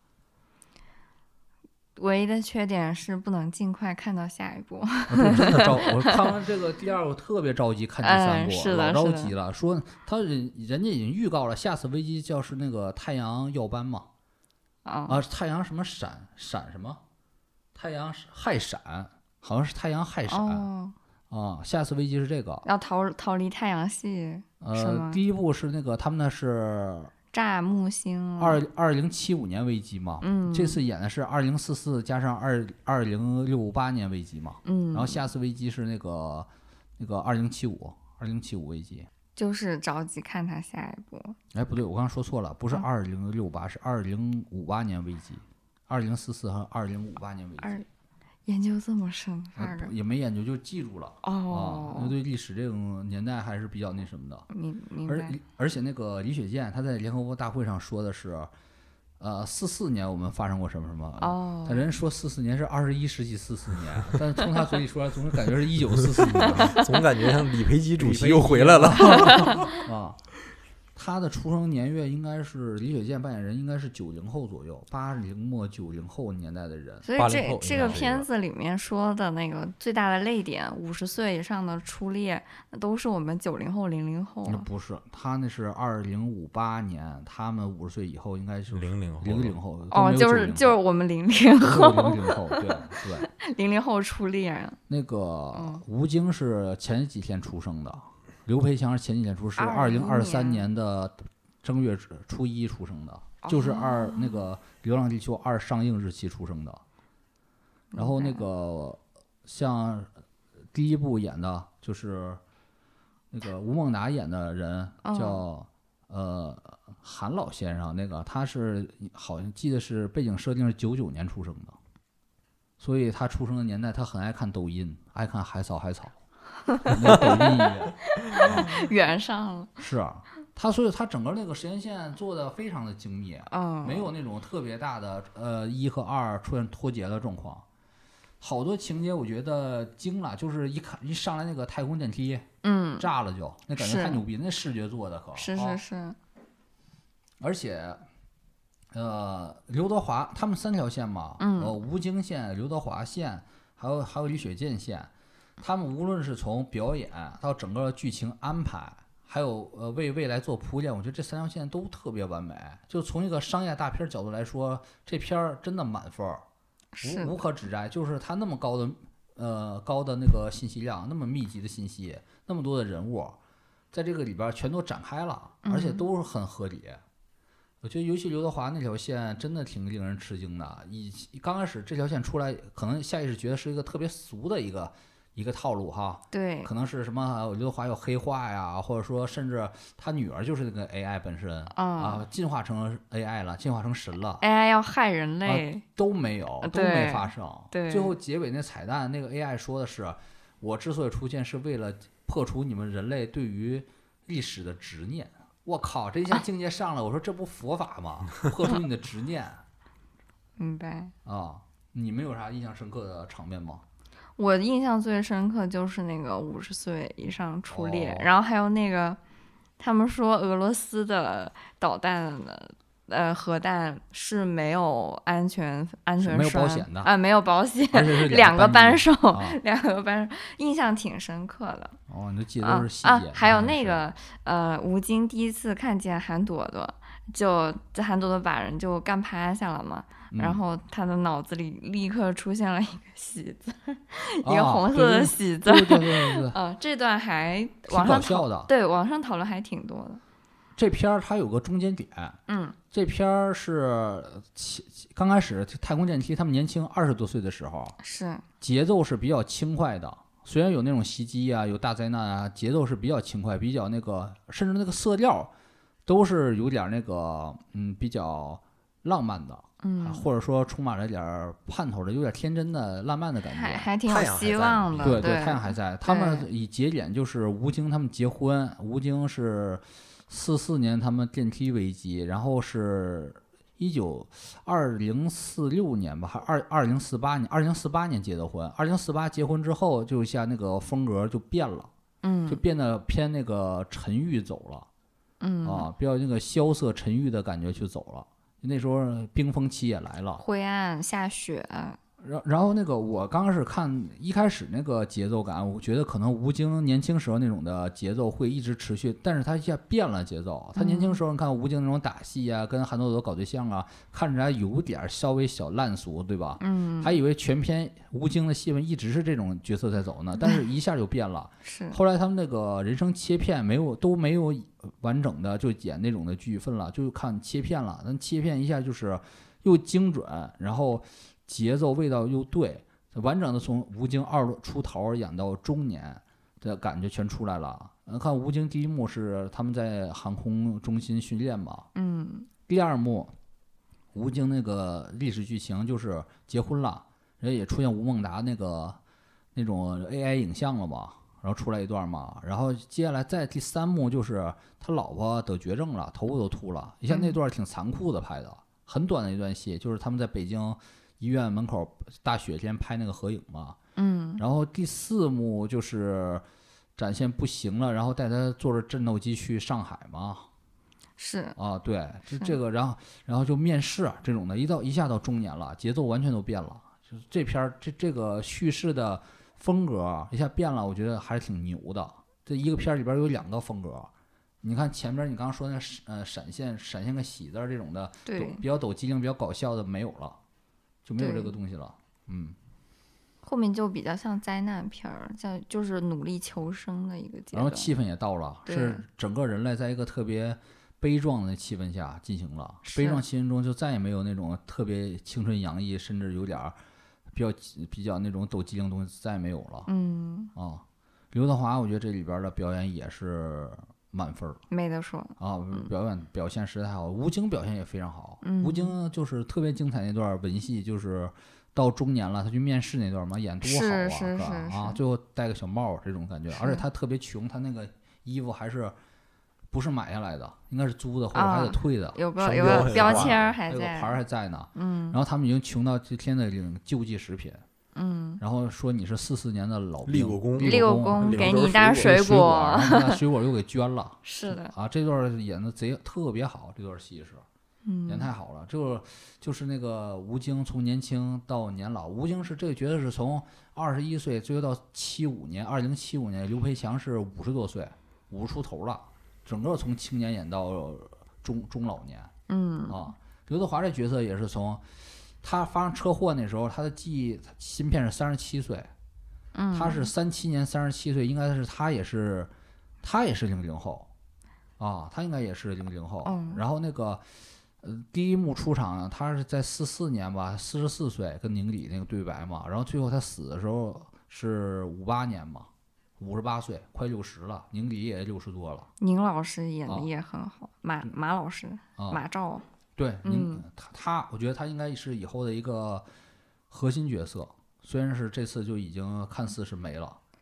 唯一的缺点是不能尽快看到下一部。 我真的着，我看完这个第二，我特别着急看第三部， 嗯、是的老着急了。说他人人家已经预告了，下次危机就是那个太阳耀斑嘛， 啊、 啊，太阳什么闪闪什么，太阳害闪，好像是太阳害闪、 哦、 啊。下次危机是这个， 要逃逃离太阳系， 呃，第一部是那个他们那是。 炸木星二二零七五年危机嘛， 嗯， 这次演的是二零四四加上二二零六八年危机嘛， 嗯， 然后下次危机是那个那个二零七五二零七五危机， 就是着急看他下一部。 哎，不对，我刚刚说错了，不是二零六八，是二零五八年危机，二零四四和二零五八年危机。 研究这么深， 呃、也没研究，就记住了。 哦， 啊，对历史这种年代还是比较那什么的。 明明白。而而且那个李雪健他在联合国大会上说的是，呃，四四年我们发生过什么什么。 哦。 但人说四四年是二十一世纪四四年，但从他嘴里说来，总是感觉是一九四四年， 总感觉像李培基主席又回来了啊。他的出生年月应该是李雪健扮演人应该是九零后左右，八零末九零后年代的人。 所以这这个片子里面说的那个最大的泪点，五十岁以上的初恋，那都是我们九零后、零零后。 那不是，他那是二零五八年，他们五十岁以后应该是零零后。 零零后哦，就是就是我们零零后。 零零后，对对。 零零后初恋。 那个吴京是前几天出生的。刘培强是前几天出，是二零二三年的正月初一出生的， 哦、 就是二那个《流浪地球二》上映日期出生的。然后那个像第一部演的就是那个吴孟达演的人叫、 哦、 呃韩老先生，那个他是好像记得是背景设定是九九年出生的，所以他出生的年代他很爱看抖音，爱看海草海草。那抖音音乐圆上了， 是啊，他所以他整个那个时间线做的非常的精密， 嗯， 没有那种特别大的呃一和二出现脱节的状况，好多情节我觉得精了，就是一看一上来那个太空电梯， 嗯， 炸了就那感觉太牛逼，那视觉做的可是是是、啊， 而且呃刘德华他们三条线嘛， 嗯， 呃吴京线、刘德华线，还有还有李雪健线。他们无论是从表演到整个剧情安排，还有呃为未来做铺垫，我觉得这三条线都特别完美。就从一个商业大片角度来说，这片儿真的满分，无无可指摘。就是它那么高的呃高的那个信息量，那么密集的信息，那么多的人物，在这个里边全都展开了，而且都是很合理。嗯、我觉得尤其刘德华那条线真的挺令人吃惊的。以刚开始这条线出来，可能下意识觉得是一个特别俗的一个。一个套路哈， 对， 可能是什么刘德华有黑化呀，或者说甚至他女儿就是那个 A I 本身、 嗯、 啊，进化成 A I 了，进化成神了 ，A I 要害人类、 啊、都没有，都没发生。 对， 最后结尾那彩蛋，那个 A I 说的是，我之所以出现是为了破除你们人类对于历史的执念。我靠，这一下境界上了，我说这不佛法吗？破除你的执念。 明白啊。 你们有啥印象深刻的场面吗？ 我印象最深刻就是那个五十岁以上出列， 哦然后还有那个他们说俄罗斯的导弹的呃核弹是没有安全安全是没有保栓险的啊，没有保险， 而且是两个扳扳手， 啊两个扳手，印象挺深刻的。 哦，你都记得啊都是细节。 啊，还有真的是那个呃，吴京第一次看见韩朵朵，就这韩朵朵把人就干趴下了嘛， 嗯然后他的脑子里立刻出现了一个喜字，一啊个红色对对的喜字。 对对对对对， 嗯，这段还挺网上讨搞笑的。 对网上讨论还挺多的。 这片儿它有个中间点， 嗯这片儿是起刚开始太空电梯他们年轻二十多岁的时候， 是， 节奏是比较轻快的。虽然有那种袭击啊，有大灾难啊，节奏是比较轻快，比较那个，甚至那个色调都是有点那个，嗯，比较浪漫的， 嗯啊，或者说充满了点儿盼头的，有点天真的浪漫的感觉。 还还挺有太阳还在希望的。 对对， 太阳还在。他们对以节点就是吴京他们结婚，吴京是四四年他们电梯危机，然后是一九二零四六年吧，还二二零四八年，二零四八年结的婚。二零四八结婚之后，就一下那个风格就变了， 嗯就变得偏那个沉郁走了。 嗯啊，比较那个萧瑟沉郁的感觉去走了。那时候冰封期也来了， 灰暗下雪。 然然后那个我刚开始看一开始那个节奏感，我觉得可能吴京年轻时候那种的节奏会一直持续，但是他一下变了节奏。他年轻时候你看吴京那种打戏啊，跟韩朵朵搞对象啊，看起来有点稍微小烂俗，对吧？ 嗯， 还以为全篇吴京的戏份一直是这种角色在走呢，但是一下就变了。 是后来他们那个人生切片没有都没有完整的就演那种的剧分了，就看切片了。但切片一下就是又精准，然后节奏味道又对，完整的从吴京二十出头演到中年的感觉全出来了。看吴京第一幕是他们在航空中心训练嘛， 嗯第二幕吴京那个历史剧情就是结婚了，人也出现吴孟达那个那种 A I 影像了嘛，然后出来一段嘛，然后接下来在第三幕就是他老婆得绝症了，头发都秃了，一下那段挺残酷的拍的，很短的一段戏，就是他们在北京医院门口大雪天拍那个合影嘛。 嗯然后第四幕就是展现不行了，然后带他坐着战斗机去上海嘛。 是啊，对，这是这个，然后然后就面试这种的，一到一下到中年了，节奏完全都变了。就是这片儿这这个叙事的风格一下变了，我觉得还是挺牛的。这一个片儿里边有两个风格，你看前边你刚刚说那呃闪现闪现个喜字儿这种的， 对抖比较抖机灵、比较搞笑的没有了，就没有对这个东西了。嗯， 后面就比较像灾难片儿，像就是努力求生的一个阶段。 然后气氛也到了， 对是整个人类在一个特别悲壮的气氛下进行了。 是悲壮气氛中就再也没有那种特别青春洋溢，甚至有点儿比较比较那种抖机灵的东西，再也没有了。 嗯， 啊，刘德华，我觉得这里边的表演也是满分儿没得说。 啊，表演表现实在好。吴京表现也非常好， 嗯吴京就是特别精彩那段文戏，就是到中年了，他去面试那段嘛，演多好啊， 是是吧？ 是啊， 是最后戴个小帽儿这种感觉，而且是他特别穷，他那个衣服还是不是买下来的，应该是租的或者还得啊退的， 有个商标还有个标挂签儿还还有个牌儿在。 还在呢。 嗯然后他们已经穷到这天的领救济食品， 嗯， 然后说你是四四年的老兵立过功立过功， 领着给你一袋水水果。 然后把水果又给捐了。 是的， 啊，这段演的贼特别好，这段戏是嗯， 演太好了。就就是那个吴京从年轻到年老，吴京是这个角色是从二十一岁最后到七五年，二零七五年，刘培强是五十多岁，五十出头了，整个从青年演到中中老年嗯啊。刘德华这角色也是从他发生车祸那时候，他的记忆芯片是三十七岁， 嗯， 他是三七年三十七岁，应该是他也是他也是零零后啊，他应该也是零零后。 嗯然后那个呃第一幕出场呢，他是在四四年吧，四十四岁跟宁理那个对白嘛，然后最后他死的时候是五八年嘛，五十八岁，快六十了，宁理也六十多了宁老师演的啊也很好，马马老师啊。 马照。 对，宁、 嗯他他，我觉得他应该是以后的一个核心角色，虽然是这次就已经看似是没了。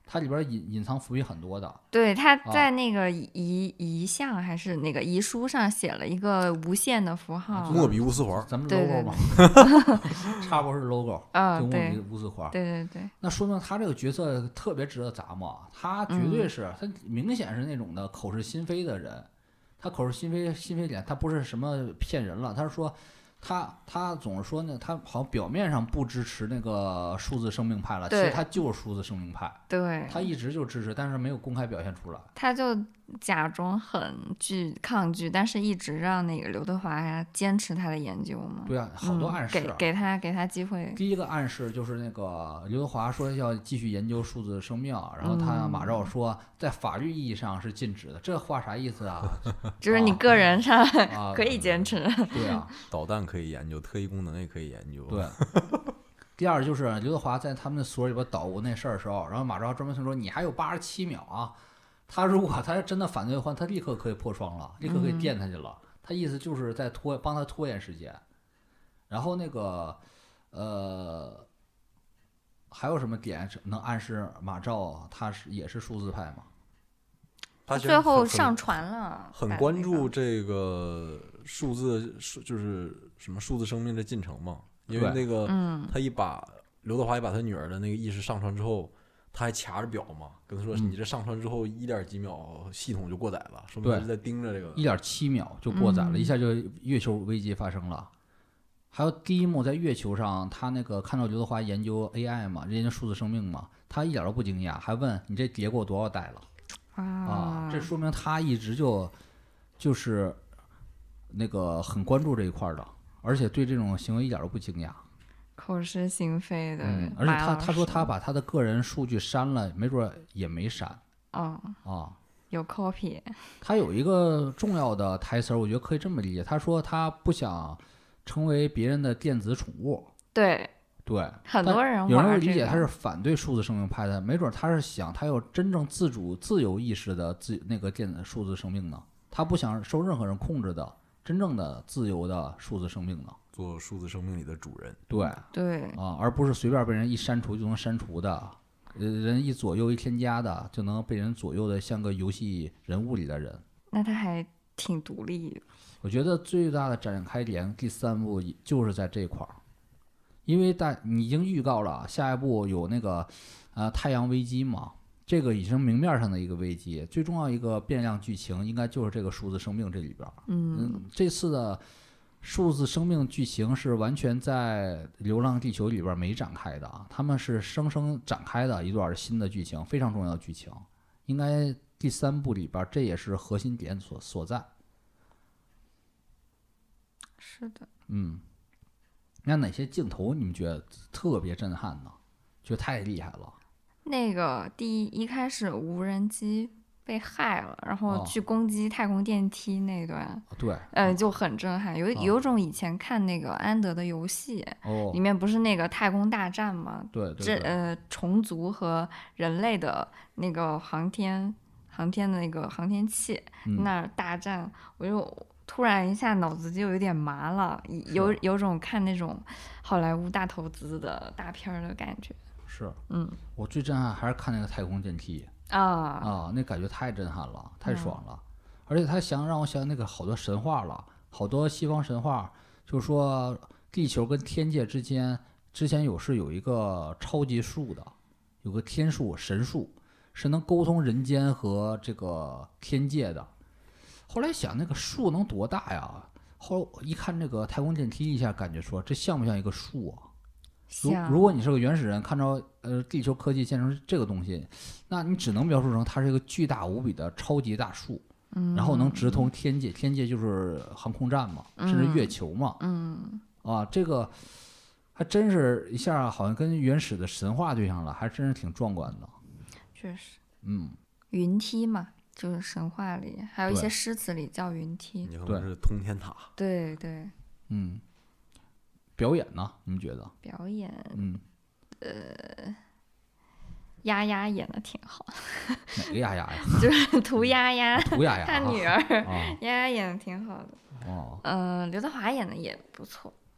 它里边隐隐藏伏笔很多的。 对，他在那个遗遗像还是那个遗书上写了一个无限的符号， 莫比乌斯环， 咱们对 logo 嘛，插播是 logo， 啊， 就莫比对乌斯环。 对对对， 那说明他这个角色特别值得砸嘛，他绝对嗯是、他明显是那种的口是心非的人，他口是心非心非点，他不是什么骗人了，他是说。他他总是说呢，他好像表面上不支持那个数字生命派了，其对实他就是数字生命派， 对， 他一直就支持，但是没有公开表现出来。 他就假装很拒抗拒，但是一直让那个刘德华呀坚持他的研究嘛。 对啊，好多嗯暗示、啊给给他给他机会。 第一个暗示就是那个刘德华说要继续研究数字生命，然后他嗯马照说在法律意义上是禁止的，这话啥意思啊？ 就是你个人上啊， 可以坚持。 对啊， 导弹可以研究，特异功能也可以研究。 对。第二就是刘德华在他们的所里边捣鼓那事儿的时候，然后马照专门说你还有八十七秒啊，他如果他真的反对的话，他立刻可以破窗了，立刻可以电下去了。嗯、他意思就是在拖帮他拖延时间。然后那个呃，还有什么点能暗示马照他是也是数字派吗？ 他最后上传了， 很关注这个数字，就是什么数字生命的进程嘛。因为那个， 嗯， 他一把刘德华一把他女儿的那个意识上传之后，他还卡着表嘛，跟他说：“你这上传之后一点几秒，系统就过载了，说明他是在盯着这个。” 一点七秒就过载了， 嗯、 一下就月球危机发生了。还有第一幕在月球上，他那个看到刘德华研究 A I 嘛，研究数字生命嘛，他一点都不惊讶，还问你这叠过多少代了？ 啊, 啊，这说明他一直就就是那个很关注这一块的。而且对这种行为一点都不惊讶， 口是心非的。 嗯，而且他他说他把他的个人数据删了，没准也没删。 哦啊， 有 copy。 他有一个重要的台词，我觉得可以这么理解。他说他不想成为别人的电子宠物。 对对， 很多人有人会理解他是反对数字生命派的，没准他是想他有真正自主、自由意识的自那个电子数字生命呢。他不想受任何人控制的。真正的自由的数字生命呢？ 做数字生命里的主人。 对对啊，而不是随便被人一删除就能删除的，人一左右一添加的就能被人左右的像个游戏人物里的人。 那他还挺独立的。 我觉得最大的展开点第三部就是在这块儿，因为大你已经预告了下一步有那个呃太阳危机嘛。这个已经明面上的一个危机，最重要一个变量剧情应该就是这个数字生命这里边。 嗯, 嗯，这次的数字生命剧情是完全在《流浪地球》里边没展开的，他们是生生展开的一段新的剧情，非常重要的剧情。应该第三部里边这也是核心点所所在。 是的。 嗯，那哪些镜头你们觉得特别震撼呢？觉得太厉害了。 那个第一一开始无人机被害了，然后去攻击太空电梯那段， 哦、对， 嗯、呃，就很震撼，有有种以前看那个安德的游戏， 哦， 里面不是那个太空大战吗？ 对对这呃虫族和人类的那个航天航天的那个航天器、 嗯、 那儿大战，我就突然一下脑子就有点麻了，有有种看那种好莱坞大投资的大片的感觉。 是， 嗯， 我最震撼还是看那个太空电梯啊啊，那感觉太震撼了，太爽了。嗯、而且他想让我想那个好多神话了，好多西方神话，就是说地球跟天界之间，之前有是有一个超级树的，有个天树、神树，是能沟通人间和这个天界的。后来想那个树能多大呀？后一看这个太空电梯，一下感觉说这像不像一个树啊？如如果你是个原始人，看着呃地球科技建成这个东西，那你只能描述成它是一个巨大无比的超级大树， 嗯、 然后能直通天界，天界就是航空站嘛， 嗯、 甚至月球嘛， 嗯啊，这个还真是一下好像跟原始的神话对上了，还真是挺壮观的。 确实， 嗯， 云梯嘛，就是神话里，还有一些诗词里叫云梯， 你可能是通天塔。 对对， 嗯。表演呢？你们觉得？ 表演， 嗯， 呃，丫丫演的挺好。 哪个丫丫呀？ 就是涂丫丫， 涂丫丫， 他女儿， 啊、 丫丫演的挺好的。 哦， 嗯、呃，刘德华演的也不错。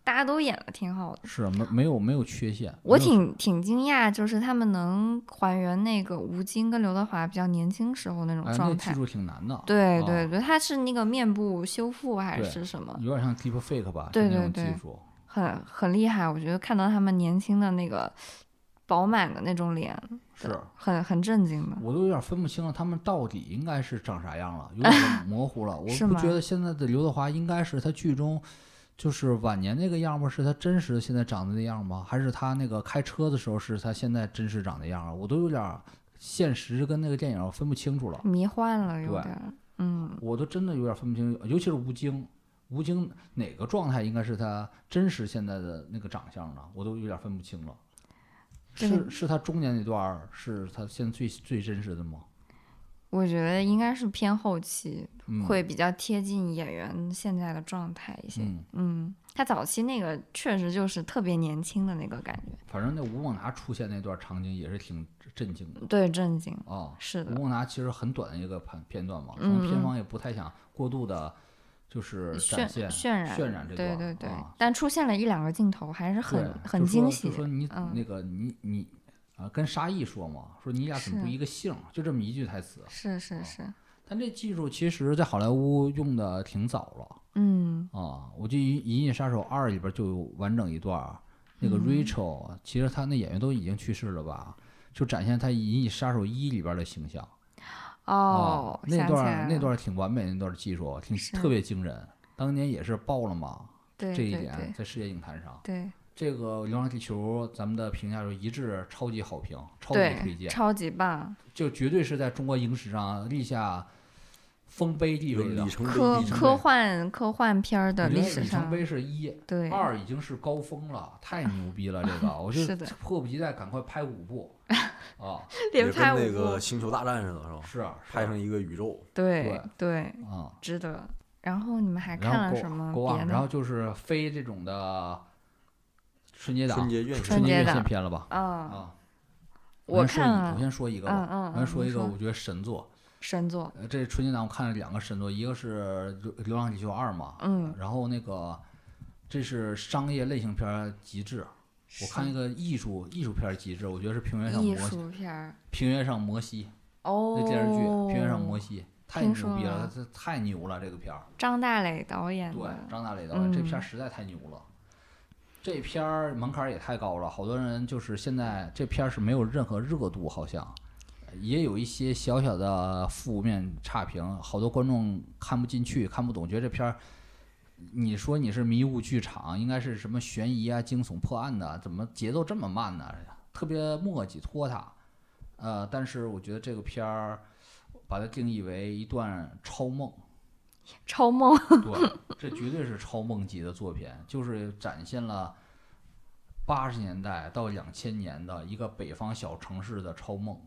大家都演的挺好的。 是没没有没有缺陷。 我挺挺惊讶，就是他们能还原那个吴京跟刘德华比较年轻时候那种哎，那状态。 技术挺难的。 对对啊、 对，他是那个面部修复还是什么？ 有点像 deep fake 吧？ 对就那对对种技术， 很很厉害。我觉得看到他们年轻的那个饱满的那种脸， 是很很震惊的。 我都有点分不清了，他们到底应该是长啥样了，有点模糊了。我不觉得现在的刘德华应该是他剧中就是晚年那个样吗？是他真实的现在长的那样吗？还是他那个开车的时候是他现在真实长的样啊？我都有点现实跟那个电影分不清楚了， 迷幻了有点。嗯， 我都真的有点分不清，尤其是吴京，吴京哪个状态应该是他真实现在的那个长相呢？我都有点分不清了。是是他中年那段是他现在最最真实的吗？ 我觉得应该是偏后期， 嗯、 会比较贴近演员现在的状态一些。 嗯, 嗯，他早期那个确实就是特别年轻的那个感觉。 反正那吴孟达出现那段场景也是挺震惊的。 对，震惊。 哦， 是的。 吴孟达其实很短的一个片片段嘛，可能片方也不太想过度的。就是展现渲染渲染这段， 对对对、 啊， 但出现了一两个镜头，还是很很惊喜。 就说你、 嗯、 那个你你啊，跟沙溢说嘛，说你俩怎么不一个姓？就这么一句台词。 是是是、啊。 但这技术其实在好莱坞用的挺早了。 嗯啊，我记得《银翼杀手二》里边就有完整一段，那个 Rachel，、嗯、其实他那演员都已经去世了吧？就展现他《银翼杀手一》里边的形象。 哦， 啊、那段那段挺完美，那段技术挺特别惊人，当年也是爆了嘛。 对， 这一点对对在世界影坛上， 对这个《流浪地球》咱们的评价就一致，超级好评，超级推荐， 超级棒， 就绝对是在中国影史上立下丰碑地位的科科幻科幻片的历史上， 里程碑是一， 对， 二已经是高峰了，太牛逼了！这个，我就迫不及待赶快拍五部。啊， 连拍跟那个星球大战似的，是吧？ 是啊， 拍成一个宇宙。 对对啊， 值得。然后你们还看了什么别的？ 然后就是非这种的春节档、 春节院春节院线片了吧？ 啊啊， 我看了， 我先说一个吧。 嗯嗯， 我先说一个，我觉得神作。 神作。 呃，这春节档我看了两个神作，一个是《流浪地球二》嘛， 嗯， 然后那个这是商业类型片极致。我看一个艺术艺术片极致，我觉得是《平原上摩西》。 艺术片。 平原上摩西。 哦。 那电视剧《平原上摩西》太牛逼了，这太牛了，这个片儿。 张大磊导演的。 对，张大磊导演、嗯、这片儿实在太牛了。这片儿门槛也太高了，好多人就是现在这片儿是没有任何热度，好像也有一些小小的负面差评，好多观众看不进去、看不懂，觉得这片儿。你说你是迷雾剧场，应该是什么悬疑啊、惊悚破案的，怎么节奏这么慢呢？特别磨叽拖沓。呃，但是我觉得这个片儿把它定义为一段超梦。 超梦。 对，这绝对是超梦级的作品，就是展现了八十年代到两千年的一个北方小城市的超梦。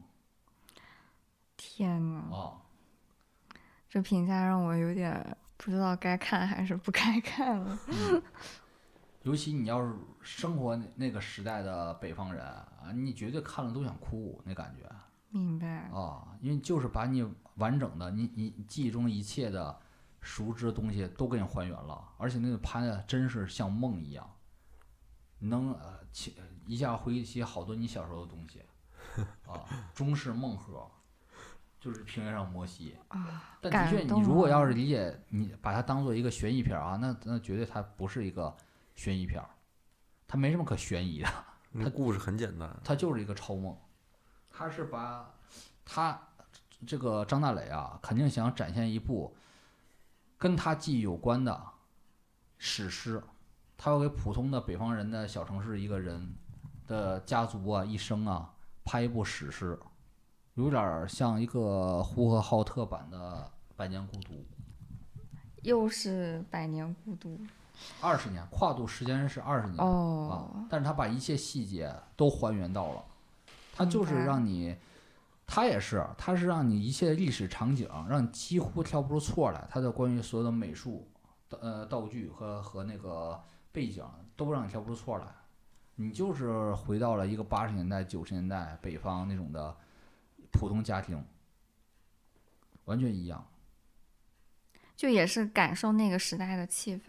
天哪！ 啊， 这评价让我有点。不知道该看还是不该看了。 嗯、尤其你要是生活那个时代的北方人啊，你绝对看了都想哭，那感觉。 明白。 啊，因为就是把你完整的你你记忆中一切的熟知的东西都给你还原了，而且那个拍的真是像梦一样，你能呃一下回忆起好多你小时候的东西。啊，中式梦河。就是平原上摩西啊， 但的确，你如果要是理解你把它当做一个悬疑片啊，那那绝对它不是一个悬疑片，它没什么可悬疑的。 它故事很简单， 它就是一个超梦。他是把他这个张大磊啊，肯定想展现一部跟他记忆有关的史诗，他要给普通的北方人的小城市一个人的家族啊一生啊拍一部史诗。有点像一个呼和浩特版的《百年孤独》， 又是《百年孤独》， 二十年跨度时间是二十年哦、 啊，但是他把一切细节都还原到了，他就是让你，他也是，他是让你一切历史场景让你几乎挑不出错来，他的关于所有的美术、呃道具和和那个背景都让你挑不出错来，你就是回到了一个八十年代、九十年代北方那种的。普通家庭完全一样， 就也是感受那个时代的气氛，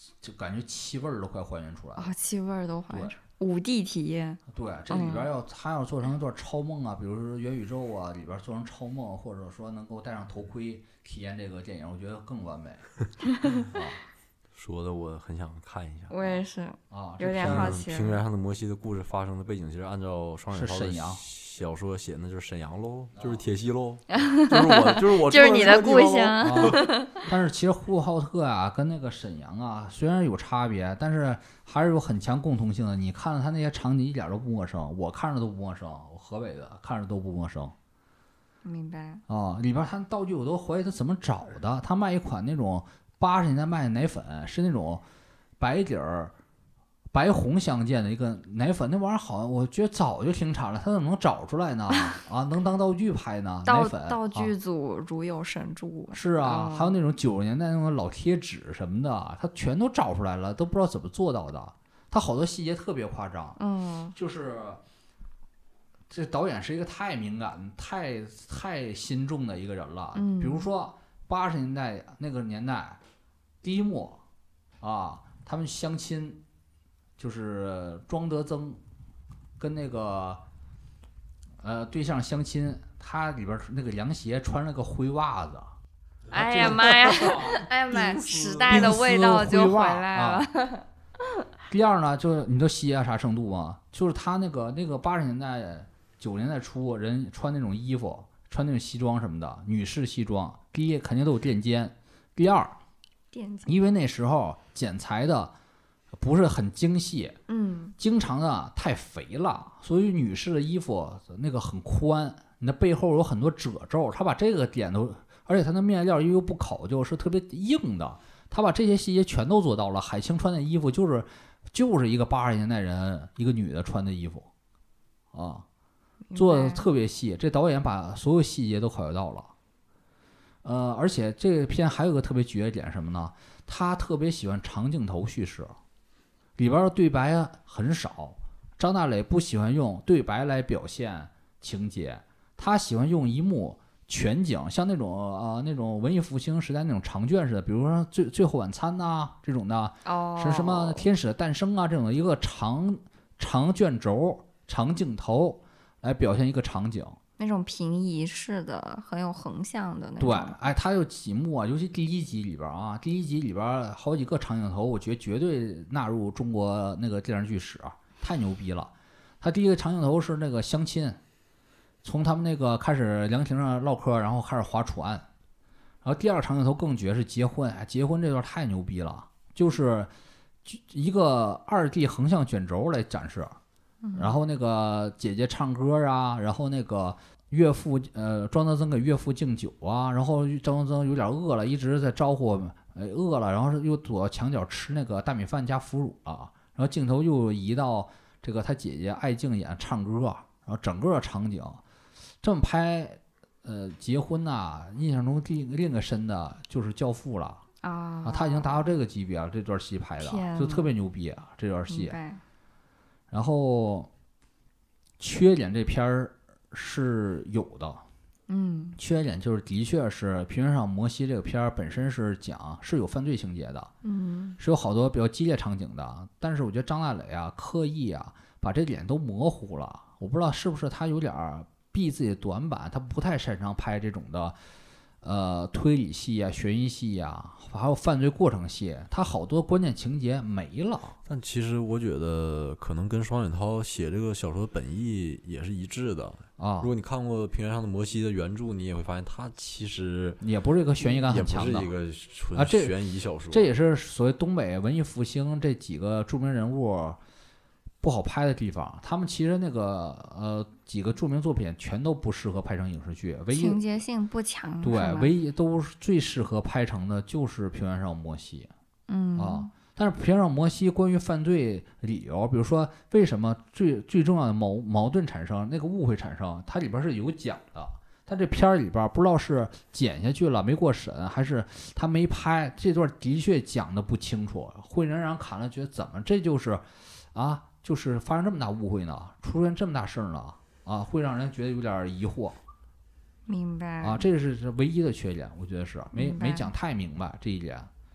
就感觉气味儿都快还原出来了。 哦，气味儿都还原出来。五 D 体验。 对，这里边要他要做成一段超梦啊，比如说元宇宙啊，里边做成超梦，或者说能够戴上头盔体验这个电影，我觉得更完美。啊， 说的我很想看一下。 我也是啊， 有点好奇。 平原上的摩西的故事发生的背景，其实按照双雪涛的沈阳小说写的，就是沈阳喽，就是铁西喽，就是我，就是我， 就是你的故乡。 啊、但是其实呼和浩特啊，跟那个沈阳啊，虽然有差别，但是还是有很强共通性的。你看了他那些场景一点都不陌生，我看着都不陌生，我河北的看着都不陌生。 明白。 啊，里边他道具我都怀疑他怎么找的。他卖一款那种八十年代卖的奶粉，是那种白底儿。白红相间的一个奶粉，那玩意儿好像我觉得早就停产了，他怎么能找出来呢？啊，能当道具拍呢？奶粉道具组如有神助。 啊是啊， 嗯、 还有那种九十年代那种老贴纸什么的，他全都找出来了，都不知道怎么做到的。他好多细节特别夸张， 嗯， 就是这导演是一个太敏感、太太心重的一个人了。 嗯， 比如说八十年代那个年代，第一幕啊，他们相亲。就是庄德增跟那个呃对象相亲，他里边那个凉鞋穿了个灰袜子。 哎呀妈呀！哎呀妈，时代的味道就回来了。 啊、第二呢，就是你知道西亚啥程度吗？就是他那个那个八十年代九十年代初人穿那种衣服，穿那种西装什么的，女士西装，第一肯定都有垫肩，第二， 垫肩， 因为那时候剪裁的。不是很精细， 嗯， 经常的太肥了，所以女士的衣服那个很宽，你的背后有很多褶皱，他把这个点都，而且他的面料又不考究，是特别硬的，他把这些细节全都做到了。海清穿的衣服就是就是一个八十年代人一个女的穿的衣服，啊，做的特别细，这导演把所有细节都考虑到了。呃，而且这个片还有个特别绝的点什么呢？他特别喜欢长镜头叙事。里边的对白很少，张大磊不喜欢用对白来表现情节，他喜欢用一幕全景，像那种呃那种文艺复兴时代那种长卷似的，比如说最最后晚餐呐、啊、这种的， 哦， 是什么天使的诞生啊这种的一个长长卷轴、长镜头来表现一个场景。 那种平移式的，很有横向的那种。 对，哎，它有几幕啊，尤其第一集里边啊，第一集里边好几个长镜头，我觉得绝对纳入中国那个电视剧史，太牛逼了。它第一个长镜头是那个相亲，从他们那个开始凉亭上唠嗑，然后开始划船，然后第二个长镜头更绝是结婚，哎，结婚这段太牛逼了，就是一个二 D 横向卷轴来展示，然后那个姐姐唱歌啊，然后那个。岳父呃，庄德增给岳父敬酒啊，然后庄德增有点饿了，一直在招呼，呃，饿了，然后又躲到墙角吃那个大米饭加腐乳了，然后镜头又移到这个他姐姐艾静演唱歌，然后整个场景这么拍，呃，结婚呐、啊，印象中第另一个深的就是《教父》了啊， 他已经达到这个级别了，这段戏拍的就特别牛逼啊，这段戏。然后缺点这片儿。是有的， 嗯， 缺点就是的确是《平原上摩西》这个片儿本身是讲是有犯罪情节的， 嗯， 是有好多比较激烈场景的，但是我觉得张大磊啊刻意啊把这点都模糊了，我不知道是不是他有点避自己的短板，他不太擅长拍这种的。呃，推理戏啊，悬疑戏啊，还有犯罪过程戏，它好多关键情节没了。 但其实我觉得，可能跟双雪涛写这个小说的本意也是一致的啊。 如果你看过《平原上的摩西》的原著，你也会发现，它其实也不是一个悬疑感很强的， 也不是一个纯悬疑小说。 啊、这, 这也是所谓东北文艺复兴这几个著名人物不好拍的地方，他们其实那个呃几个著名作品全都不适合拍成影视剧，唯一情节性不强， 对，唯一都最适合拍成的就是《平原上摩西》。 嗯啊，但是《平原上摩西》关于犯罪理由，比如说为什么最最重要的矛矛盾产生，那个误会产生，它里边是有讲的。他这片儿里边不知道是剪下去了没过审，还是他没拍，这段的确讲的不清楚，会让人看了觉得怎么这就是啊。就是发生这么大误会呢，出现这么大事儿呢，啊，会让人觉得有点疑惑。 明白。 啊，这是唯一的缺点，我觉得是没没讲太明白这一点。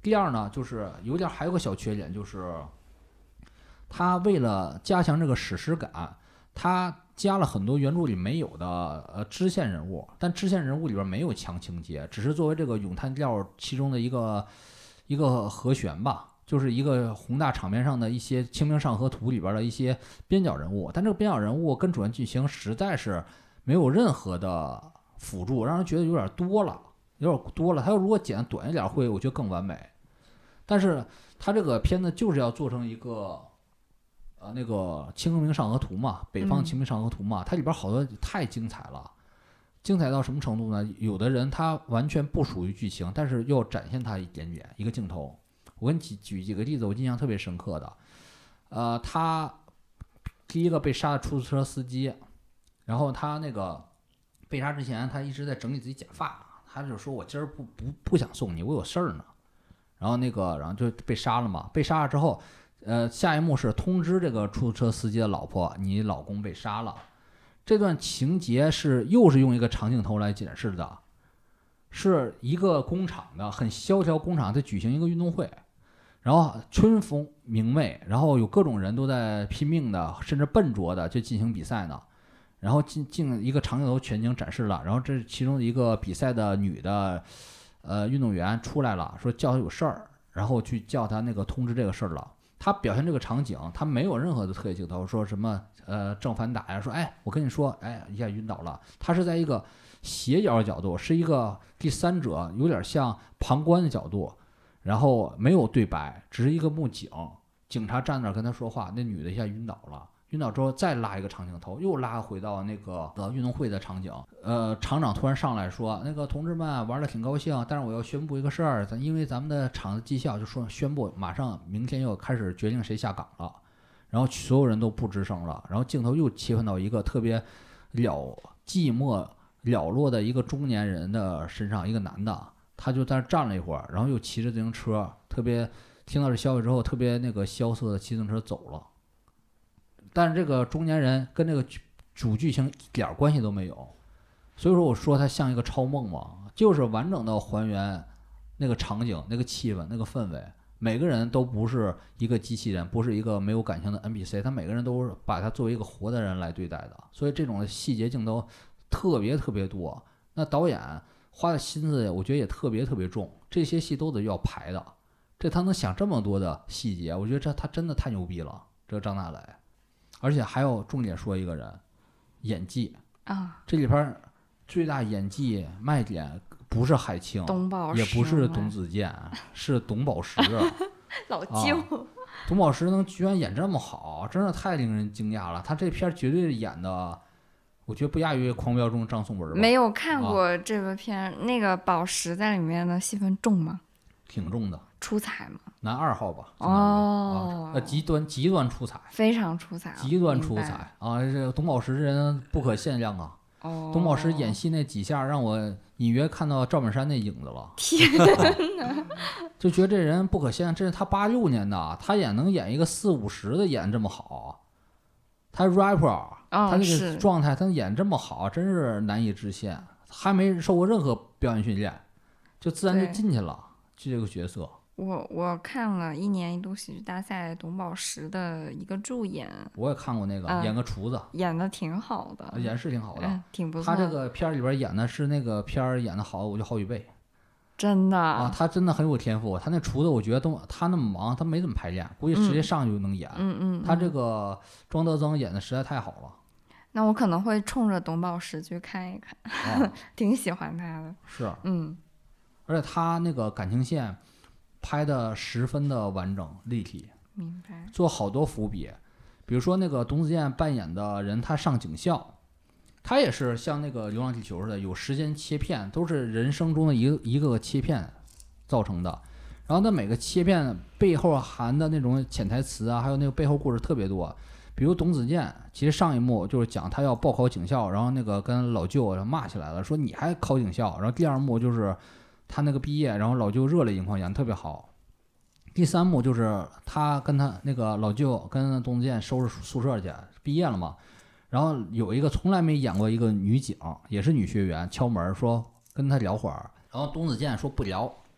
第二呢，就是有点还有个小缺点，就是他为了加强这个史诗感，他加了很多原著里没有的呃支线人物，但支线人物里边没有强情节，只是作为这个咏叹调其中的一个一个和弦吧。就是一个宏大场面上的一些《清明上河图》里边的一些边角人物，但这个边角人物跟主线剧情实在是没有任何的辅助，让人觉得有点多了，有点多了。他要如果剪得短一点，会我觉得更完美。但是他这个片子就是要做成一个呃那个《清明上河图》嘛，北方《清明上河图》嘛，它里边好多太精彩了。精彩到什么程度呢？有的人他完全不属于剧情，但是又展现他一点点一个镜头。我给你举举几个例子，我印象特别深刻的，呃，他第一个被杀的出租车司机，然后他那个被杀之前，他一直在整理自己假发，他就说我今儿不不不想送你，我有事儿呢。然后那个，然后就被杀了嘛。被杀了之后，呃，下一幕是通知这个出租车司机的老婆，你老公被杀了。这段情节是又是用一个长镜头来解释的，是一个工厂的很萧条工厂在举行一个运动会。然后春风明媚，然后有各种人都在拼命的，甚至笨拙的去进行比赛呢。然后进进一个长镜头全景展示了，然后这其中的一个比赛的女的，呃，运动员出来了，说叫她有事儿，然后去叫她那个通知这个事儿了。她表现这个场景，她没有任何的特写镜头，说什么呃正反打呀，说哎我跟你说，哎一下晕倒了。她是在一个斜角角度，是一个第三者，有点像旁观的角度。然后没有对白，只是一个幕景，警察站那儿跟他说话，那女的一下晕倒了，晕倒之后再拉一个长镜头，又拉回到那个呃运动会的场景。呃，厂长突然上来说，那个同志们玩的挺高兴，但是我要宣布一个事儿，咱因为咱们的厂子绩效，就说宣布马上明天又开始决定谁下岗了，然后所有人都不吱声了，然后镜头又切换到一个特别了寂寞了落的一个中年人的身上，一个男的。他就在那站了一会儿，然后又骑着自行车，特别听到这消息之后，特别那个萧瑟的骑自行车走了。但是这个中年人跟这个主剧情一点关系都没有，所以说我说他像一个超梦嘛，就是完整的还原那个场景、那个气氛、那个氛围。每个人都不是一个机器人，不是一个没有感情的 N P C， 他每个人都是把他作为一个活的人来对待的，所以这种细节镜头特别特别多。那导演花的心思我觉得也特别特别重，这些戏都得要排的，这他能想这么多的细节，我觉得这他真的太牛逼了，这个张大磊。而且还有重点说一个人，演技啊， 这里边最大演技卖点不是海清， 董宝石也不是董子健，是董宝石老舅、啊、 董宝石能居然演这么好，真的太令人惊讶了。他这片绝对演的我觉得不亚于《狂飙》中张颂文吧。 没有看过这部片、啊、那个宝石在里面的戏份重吗？ 挺重的， 出彩吗？ 男二号吧。 哦， 呃、啊，极端极端出彩， 非常出彩、啊， 极端出彩啊！这董宝石这人不可限量啊。 哦， 董宝石演戏那几下让我隐约看到赵本山那影子了。 天哪！ 就觉得这人不可限量，这是他八六年的，他演能演一个四五十的演这么好，他 rapper，、哦、他这个状态他能演这么好，真是难以置信。还没受过任何表演训练，就自然就进去了，就这个角色。 我我看了一年一度喜剧大赛董宝石的一个助演， 我也看过那个、嗯、演个厨子， 演的挺好的， 演是挺好的、 嗯，挺不错。 他这个片儿里边演的是那个片儿演的好，我就好几倍， 真的啊，他真的很有天赋。他那厨子我觉得都他那么忙，他没怎么排练，估计直接上去就能演。 嗯 嗯, 嗯， 他这个庄德增演的实在太好了。 那我可能会冲着董宝石去看一看，啊、挺喜欢他的。 是， 嗯， 而且他那个感情线拍的十分的完整立体， 明白。 做好多伏笔，比如说那个董子健扮演的人，他上警校，他也是像那个《流浪地球》似的，有时间切片，都是人生中的一个一个切片造成的。然后那每个切片背后含的那种潜台词啊，还有那个背后故事特别多。比如董子健，其实上一幕就是讲他要报考警校，然后那个跟老舅骂起来了，说你还考警校。然后第二幕就是他那个毕业，然后老舅热泪盈眶，演得特别好。第三幕就是他跟他那个老舅跟董子健收拾宿舍去，毕业了嘛。然后有一个从来没演过一个女警，也是女学员，敲门说跟他聊会儿。然后董子健说不聊，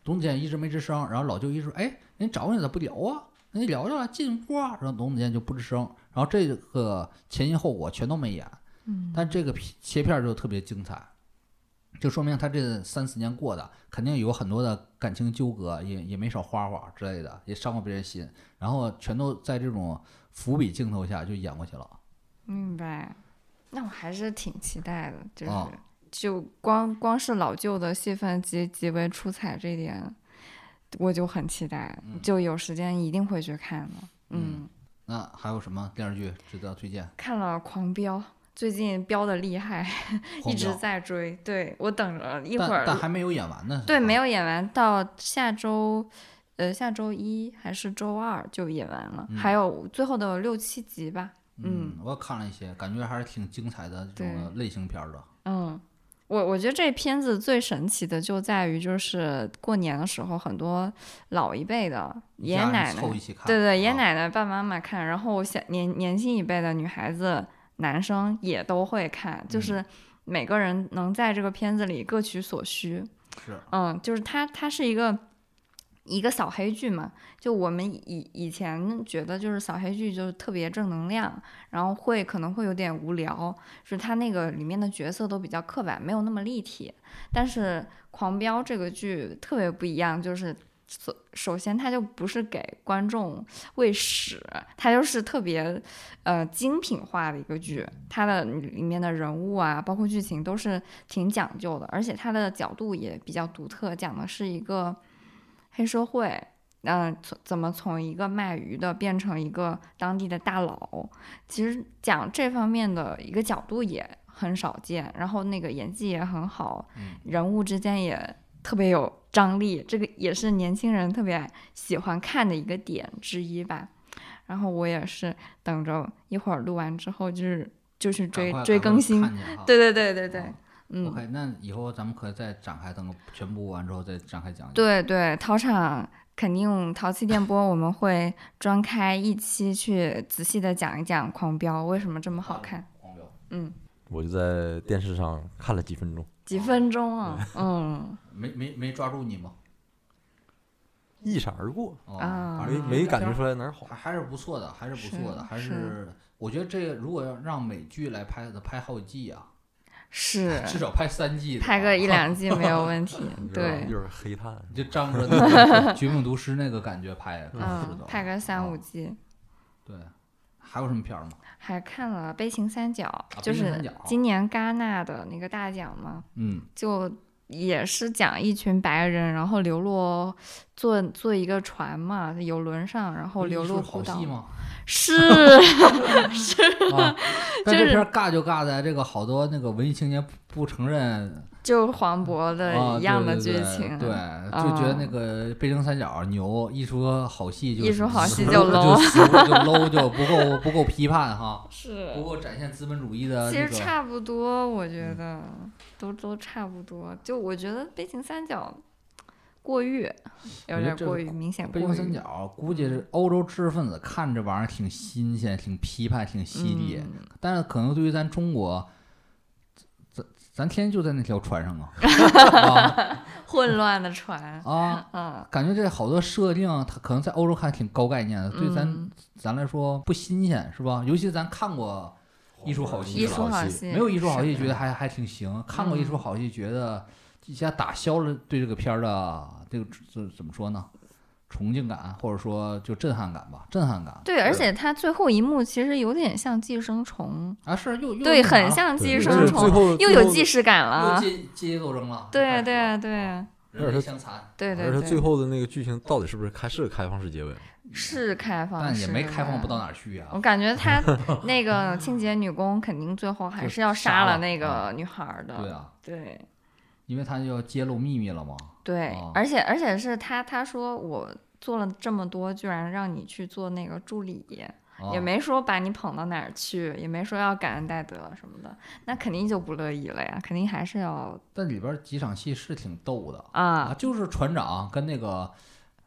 董子健一直没吱声，然后老舅一说，哎，人找你咋不聊啊？那你聊聊进屋啊，然后董子健就不吱声，然后这个前因后果全都没演， 嗯， 但这个切片就特别精彩，就说明他这三四年过的肯定有很多的感情纠葛，也也没少花花之类的，也伤过别人心，然后全都在这种伏笔镜头下就演过去了。 明白。那我还是挺期待的，就是、 哦、 就光光是老舅的戏份极极为出彩这一点，我就很期待， 嗯、 就有时间一定会去看的。嗯， 嗯那还有什么电视剧值得推荐？ 看了《狂飙》，最近飙的厉害，一直在追。对，我等着一会儿， 但, 但还没有演完呢。 对，没有演完，到下周，呃，下周一还是周二就演完了， 嗯、 还有最后的六七集吧。 嗯，我也看了一些，感觉还是挺精彩的这种类型片的。 嗯，我我觉得这片子最神奇的就在于，就是过年的时候，很多老一辈的爷爷奶奶，对对，爷爷奶奶、爸爸妈妈看，然后小年年轻一辈的女孩子、男生也都会看，就是每个人能在这个片子里各取所需。 是， 嗯，就是它，它是一个。一个扫黑剧嘛，就我们以以前觉得就是扫黑剧就特别正能量，然后会可能会有点无聊，就是它那个里面的角色都比较刻板，没有那么立体。但是《狂飙》这个剧特别不一样，就是首首先它就不是给观众喂屎，它就是特别呃精品化的一个剧，它的里面的人物啊，包括剧情都是挺讲究的，而且它的角度也比较独特，讲的是一个黑社会，嗯、呃，怎么从一个卖鱼的变成一个当地的大佬？其实讲这方面的一个角度也很少见，然后那个演技也很好，人物之间也特别有张力，这个也是年轻人特别喜欢看的一个点之一吧。然后我也是等着一会儿录完之后，就是就去追追更新，对对对对对。哦嗯 OK， 那以后咱们可以再展开，等全部完之后再展开讲。 对对，陶场肯定淘气电波，我们会专开一期去仔细的讲一讲《狂飙》为什么这么好看。 狂飙， 嗯， 我就在电视上看了几分钟。 几分钟啊？嗯。 没没没抓住你吗？ 一闪而过啊， 没没感觉出来哪儿好， 还是不错的，还是不错的，还是我觉得这个如果要让美剧来拍的，拍好几季啊。 是， 至少拍三季， 拍个一两季没有问题。对， 就是黑炭， 就仗着那个《绝命毒师》那个感觉拍， 嗯，拍个三五季。 对，还有什么片吗？ 还看了《悲情三角》，就是今年戛纳的那个大奖嘛。 嗯， 就也是讲一群白人，然后流落坐坐一个船嘛，在游轮上，然后流落孤岛。是是， 啊，但这片尬就尬在这个好多那个文艺青年不承认， 就黄渤的一样的剧情， 啊、对, 对, 对, 对、啊，就觉得那个《悲情三角》牛，一出好戏就一出好戏就 low， 就, 就 low 就不够不够批判哈， 是不够展现资本主义的、那个。 个。 其实差不多，我觉得、嗯、都都差不多。就我觉得《悲情三角》。过誉，有点过于明显。 悲情三角估计是欧洲知识分子看这玩意儿挺新鲜、挺批判、挺犀利， 嗯、 但是可能对于咱中国，咱咱天天就在那条船上啊，啊混乱的船啊， 嗯， 感觉这好多设定，它可能在欧洲看挺高概念的，对咱、 嗯、 咱来说不新鲜，是吧？尤其咱看过一出好戏， 一出好戏没有一出好戏觉得还还挺行，看过一出好戏觉得。一下打消了对这个片儿的这个怎怎么说呢，崇敬感或者说就震撼感吧，震撼感。 对，而且它最后一幕其实有点像寄生虫啊，是又又对，很像寄生虫，又有既视感了， 又阶阶级斗争了。 对对对， 人类相残。 对对对。而且最后的那个剧情到底是不是开是开放式结尾？ 是开放式， 但也没开放不到哪儿去啊。 我感觉他那个清洁女工肯定最后还是要杀了那个女孩的。 对啊， 对。 因为他就要揭露秘密了嘛。 对， 啊、 而且而且是他他说我做了这么多，居然让你去做那个助理， 啊、 也没说把你捧到哪儿去，也没说要感恩戴德什么的，那肯定就不乐意了呀，肯定还是要。 但里边几场戏是挺逗的啊， 就是船长跟那个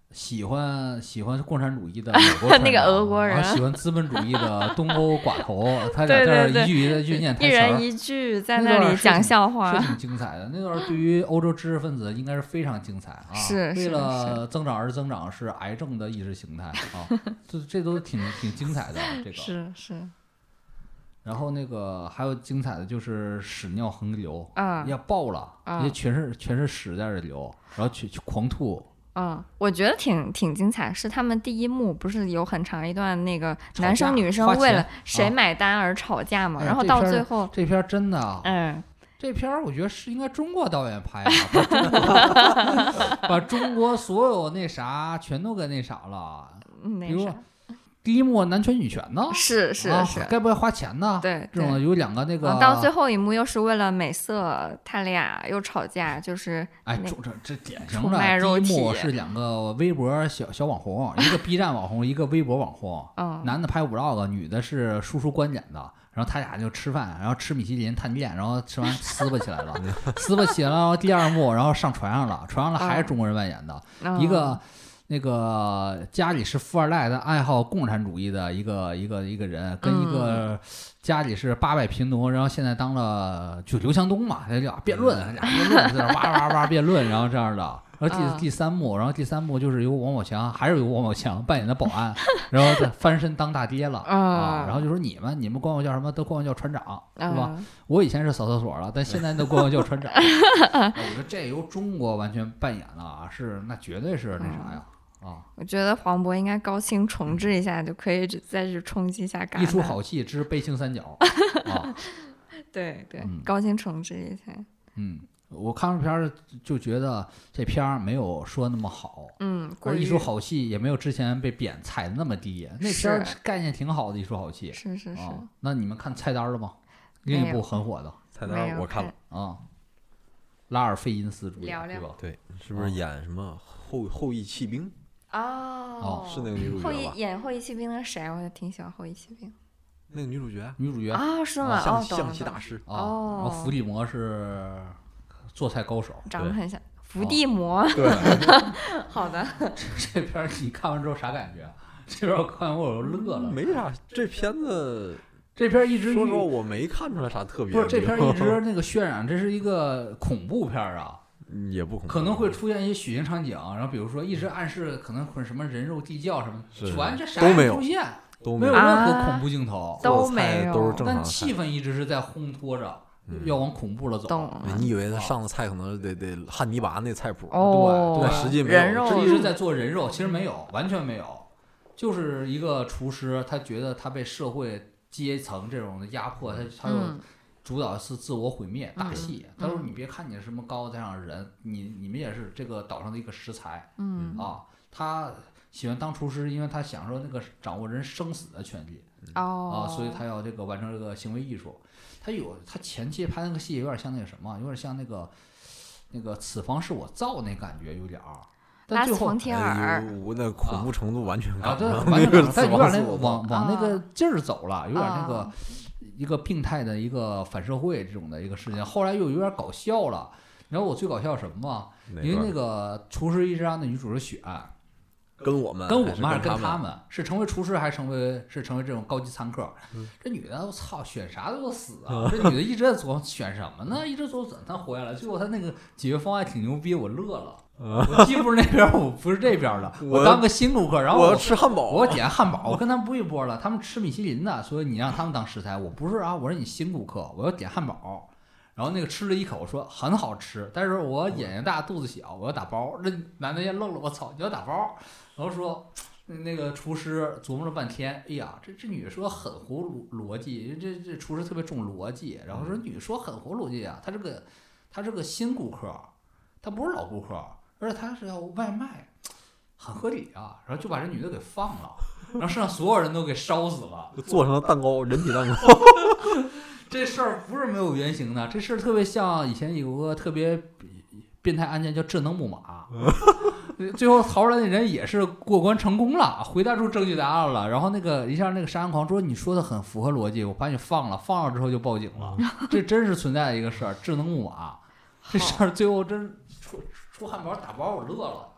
喜欢喜欢共产主义的美国那个俄国人， 然后喜欢资本主义的东欧寡头，他俩在这一句一句念台词， 一人一句在那里讲笑话， 是挺精彩的。那段对于欧洲知识分子应该是非常精彩啊！ 是为了增长而增长，是癌症的意识形态啊！这这都挺挺精彩的，这个是是。 然后那个还有精彩的就是屎尿横流， 嗯， 要爆了， 嗯、 也全是全是屎在这流，然后去去狂吐。 嗯，我觉得挺挺精彩，是他们第一幕不是有很长一段那个男生女生为了谁买单而吵架嘛， 啊、 然后到最后这片真的， 嗯， 这片我觉得是应该中国导演拍的，把中国把中国所有那啥全都给那啥了， 嗯、 比如说第一幕男权女权呢， 是是是， 该、啊、不会花钱呢？ 对， 这种有两个那个， 到最后一幕又是为了美色，他俩又吵架，就是哎，这这这典型的第一幕是两个微博小小网红，一个 B 站网红，一个微博网红， 嗯， 男的拍 vlog， 女的是输出观点的。然后他俩就吃饭，然后吃米其林探店，然后吃完撕巴起来了，撕巴起来了。然后第二幕，然后上船上了，船上了还是中国人扮演的， 嗯、 一个。那个家里是富二代的，爱好共产主义的一个一个一个人，跟一个家里是八百贫农，然后现在当了就刘强东嘛，他俩辩论，俩辩论在那哇哇哇辩论，然后这样的。然后第第三幕，然后第三幕就是由王宝强，还是由王宝强扮演的保安，然后翻身当大爹了啊，然后就说你们你们管我叫什么，都管我叫船长，是吧？我以前是扫厕所了，但现在都管我叫船长。我觉得这由中国完全扮演了啊，是那绝对是那啥呀。啊， 我觉得黄渤应该高清重置一下，就可以再去冲击一下感。 一出好戏之悲情三角。啊， 对对、 嗯， 高清重置一下。 嗯，我看完片儿就觉得这片儿没有说那么好， 嗯， 而一出好戏也没有之前被贬踩的那么低。那片儿概念挺好的，一出好戏。 是是是、 啊。那你们看菜单了吗？另一部很火的菜单我看了啊，拉尔费因斯主演， 对吧？ 对，是不是演什么后后羿弃兵？ 哦， 是那个女主角吧？ 后羿演后羿骑兵的谁？我也挺喜欢后羿骑兵。 那个女主角， 女主角啊，是吗？ 象哦， 象棋大师。 哦，然后伏地魔是做菜高手， 长得很像伏地魔。 对， 好的。 这片你看完之后啥感觉？这片我看完我就乐了。 没啥，这片子这片一直说实话我没看出来啥特别。 不是这片一直那个渲染，这是一个恐怖片啊。 也不恐怖， 可能会出现一些血腥场景，然后比如说一直暗示可能会什么人肉地窖什么，全这啥都没有出现， 都没有任何恐怖镜头， 都没有， 都是正常。 但气氛一直是在烘托着，要往恐怖了走。 你以为他上的菜可能得得汉尼拔那菜谱， 哦， 对，实际没有， 人肉这一直在做人肉，其实没有，完全没有，就是一个厨师，他觉得他被社会阶层这种的压迫，他他有。主导是自我毁灭大戏， 嗯、 他说你别看你是什么高在上的人，你你们也是这个岛上的一个食材， 嗯啊，他喜欢当厨师，因为他享受那个掌握人生死的权利， 哦， 啊，所以他要这个完成这个行为艺术。他有他前期拍那个戏有点像那个什么，有点像那个那个此房是我造那感觉有点儿。但最后， 哎、我那恐怖程度完全啊，对， 完全但有点那个往往那个劲儿走了，有点那个。一个病态的一个反社会这种的一个事情，后来又有点搞笑了。你知道我最搞笑什么吗？因为那个厨师一直让那女主人选， 跟我们跟我们还是跟他们，是成为厨师还是成为是成为这种高级餐客？ 嗯、 这女的我操，选啥都死啊！这女的一直在琢磨选什么呢？一直琢磨怎么活下来。最后她那个解决方案挺牛逼，我乐了。我既不是那边，我不是这边的，我当个新顾客，然后我要吃汉堡， 我点汉堡，我跟他们不一波了，他们吃米其林的，所以你让他们当食材，我不是啊，我是你新顾客，我要点汉堡，然后那个吃了一口说很好吃，但是我眼睛大肚子小，我要打包，那男的也愣了，我操，你要打包，然后说那个厨师琢磨了半天，哎呀，这这女的说很糊逻辑，这这厨师特别重逻辑，然后说女说很糊逻辑啊，他这个他这个新顾客，他不是老顾客。而且他是要外卖，很合理啊，然后就把这女的给放了，然后剩下所有人都给烧死了， 就做成了蛋糕，人体蛋糕。 这事儿不是没有原型的，这事儿特别像以前有个特别变态案件叫智能木马，最后逃出来的人也是过关成功了，回答出证据答案了，然后那个一下那个杀人狂说你说的很符合逻辑，我把你放了，放了之后就报警了，这真是存在的一个事儿，智能木马，这事儿最后真出。出汉堡打包我乐了，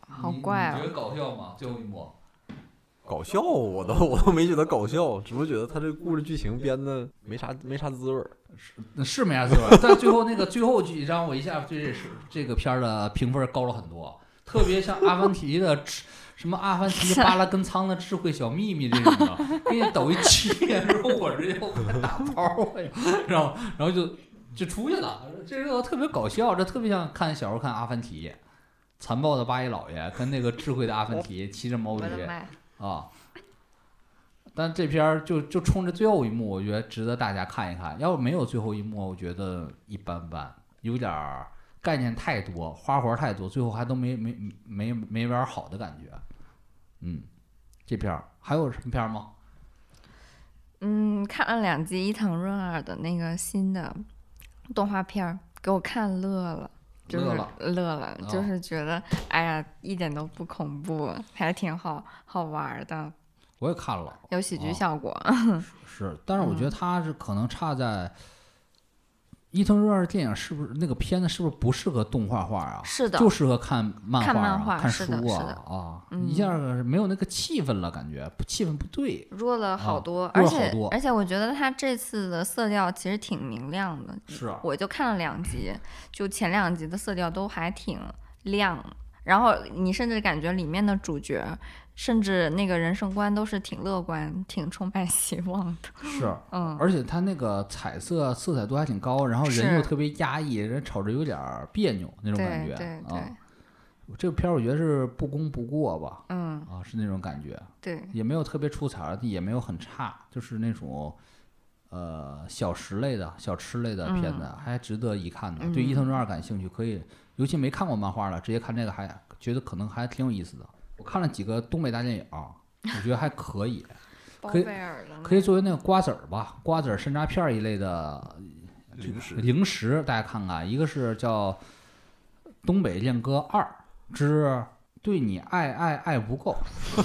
好怪啊！ 你觉得搞笑吗？最后一幕搞笑，我都我都没觉得搞笑，只不过觉得他这个故事剧情编的没啥没啥滋味儿。 是是没啥滋味儿，但最后那个最后几章，我一下对这是这个片儿的评分高了很多，特别像阿凡提的什么阿凡提巴拉根仓的智慧小秘密这种的，给你抖一七遍之后，我直接我打包我呀，然后然后就就出去了，这个特别搞笑，这特别像看小时候看阿凡提，残暴的八一老爷跟那个智慧的阿凡提骑着毛驴啊。但这片儿就就冲着最后一幕，我觉得值得大家看一看。要是没有最后一幕，我觉得一般般，有点儿概念太多，花活太多，最后还都没没没没玩好的感觉。嗯，这片儿还有什么片儿吗？ 嗯，看了两集伊藤润二的那个新的动画片儿，给我看乐了。就是乐了， 乐了， 哦、 就是觉得哎呀，一点都不恐怖，还挺好好玩的。 我也看了， 有喜剧效果。 哦、是，但是我觉得他是可能差在伊藤润二电影是不是那个片子是不是不适合动画化啊？ 是的， 就适合看漫画、啊、 看漫画、 看书啊啊， 嗯、一下没有那个气氛了，感觉气氛不对， 弱了好多， 啊、 而且而且我觉得他这次的色调其实挺明亮的。 是啊， 我就看了两集，就前两集的色调都还挺亮，然后你甚至感觉里面的主角。甚至那个人生观都是挺乐观、挺充满希望的。 是， 嗯， 而且他那个彩色色彩度还挺高，然后人又特别压抑，人瞅着有点别扭那种感觉。 对对对、 啊，这个片儿我觉得是不攻不过吧。 嗯， 啊，是那种感觉。 对， 也没有特别出彩，也没有很差，就是那种呃小食类的小吃类的片子， 嗯、 还值得一看的。 嗯、 对伊藤润二感兴趣，可以，尤其没看过漫画的，直接看这个还觉得可能还挺有意思的。我看了几个东北大电影，我觉得还可以，可以可以作为那个瓜子儿吧，瓜子儿、山楂片一类的零食。 零食大家看看，一个是叫《东北恋歌二之对你爱爱爱不够》，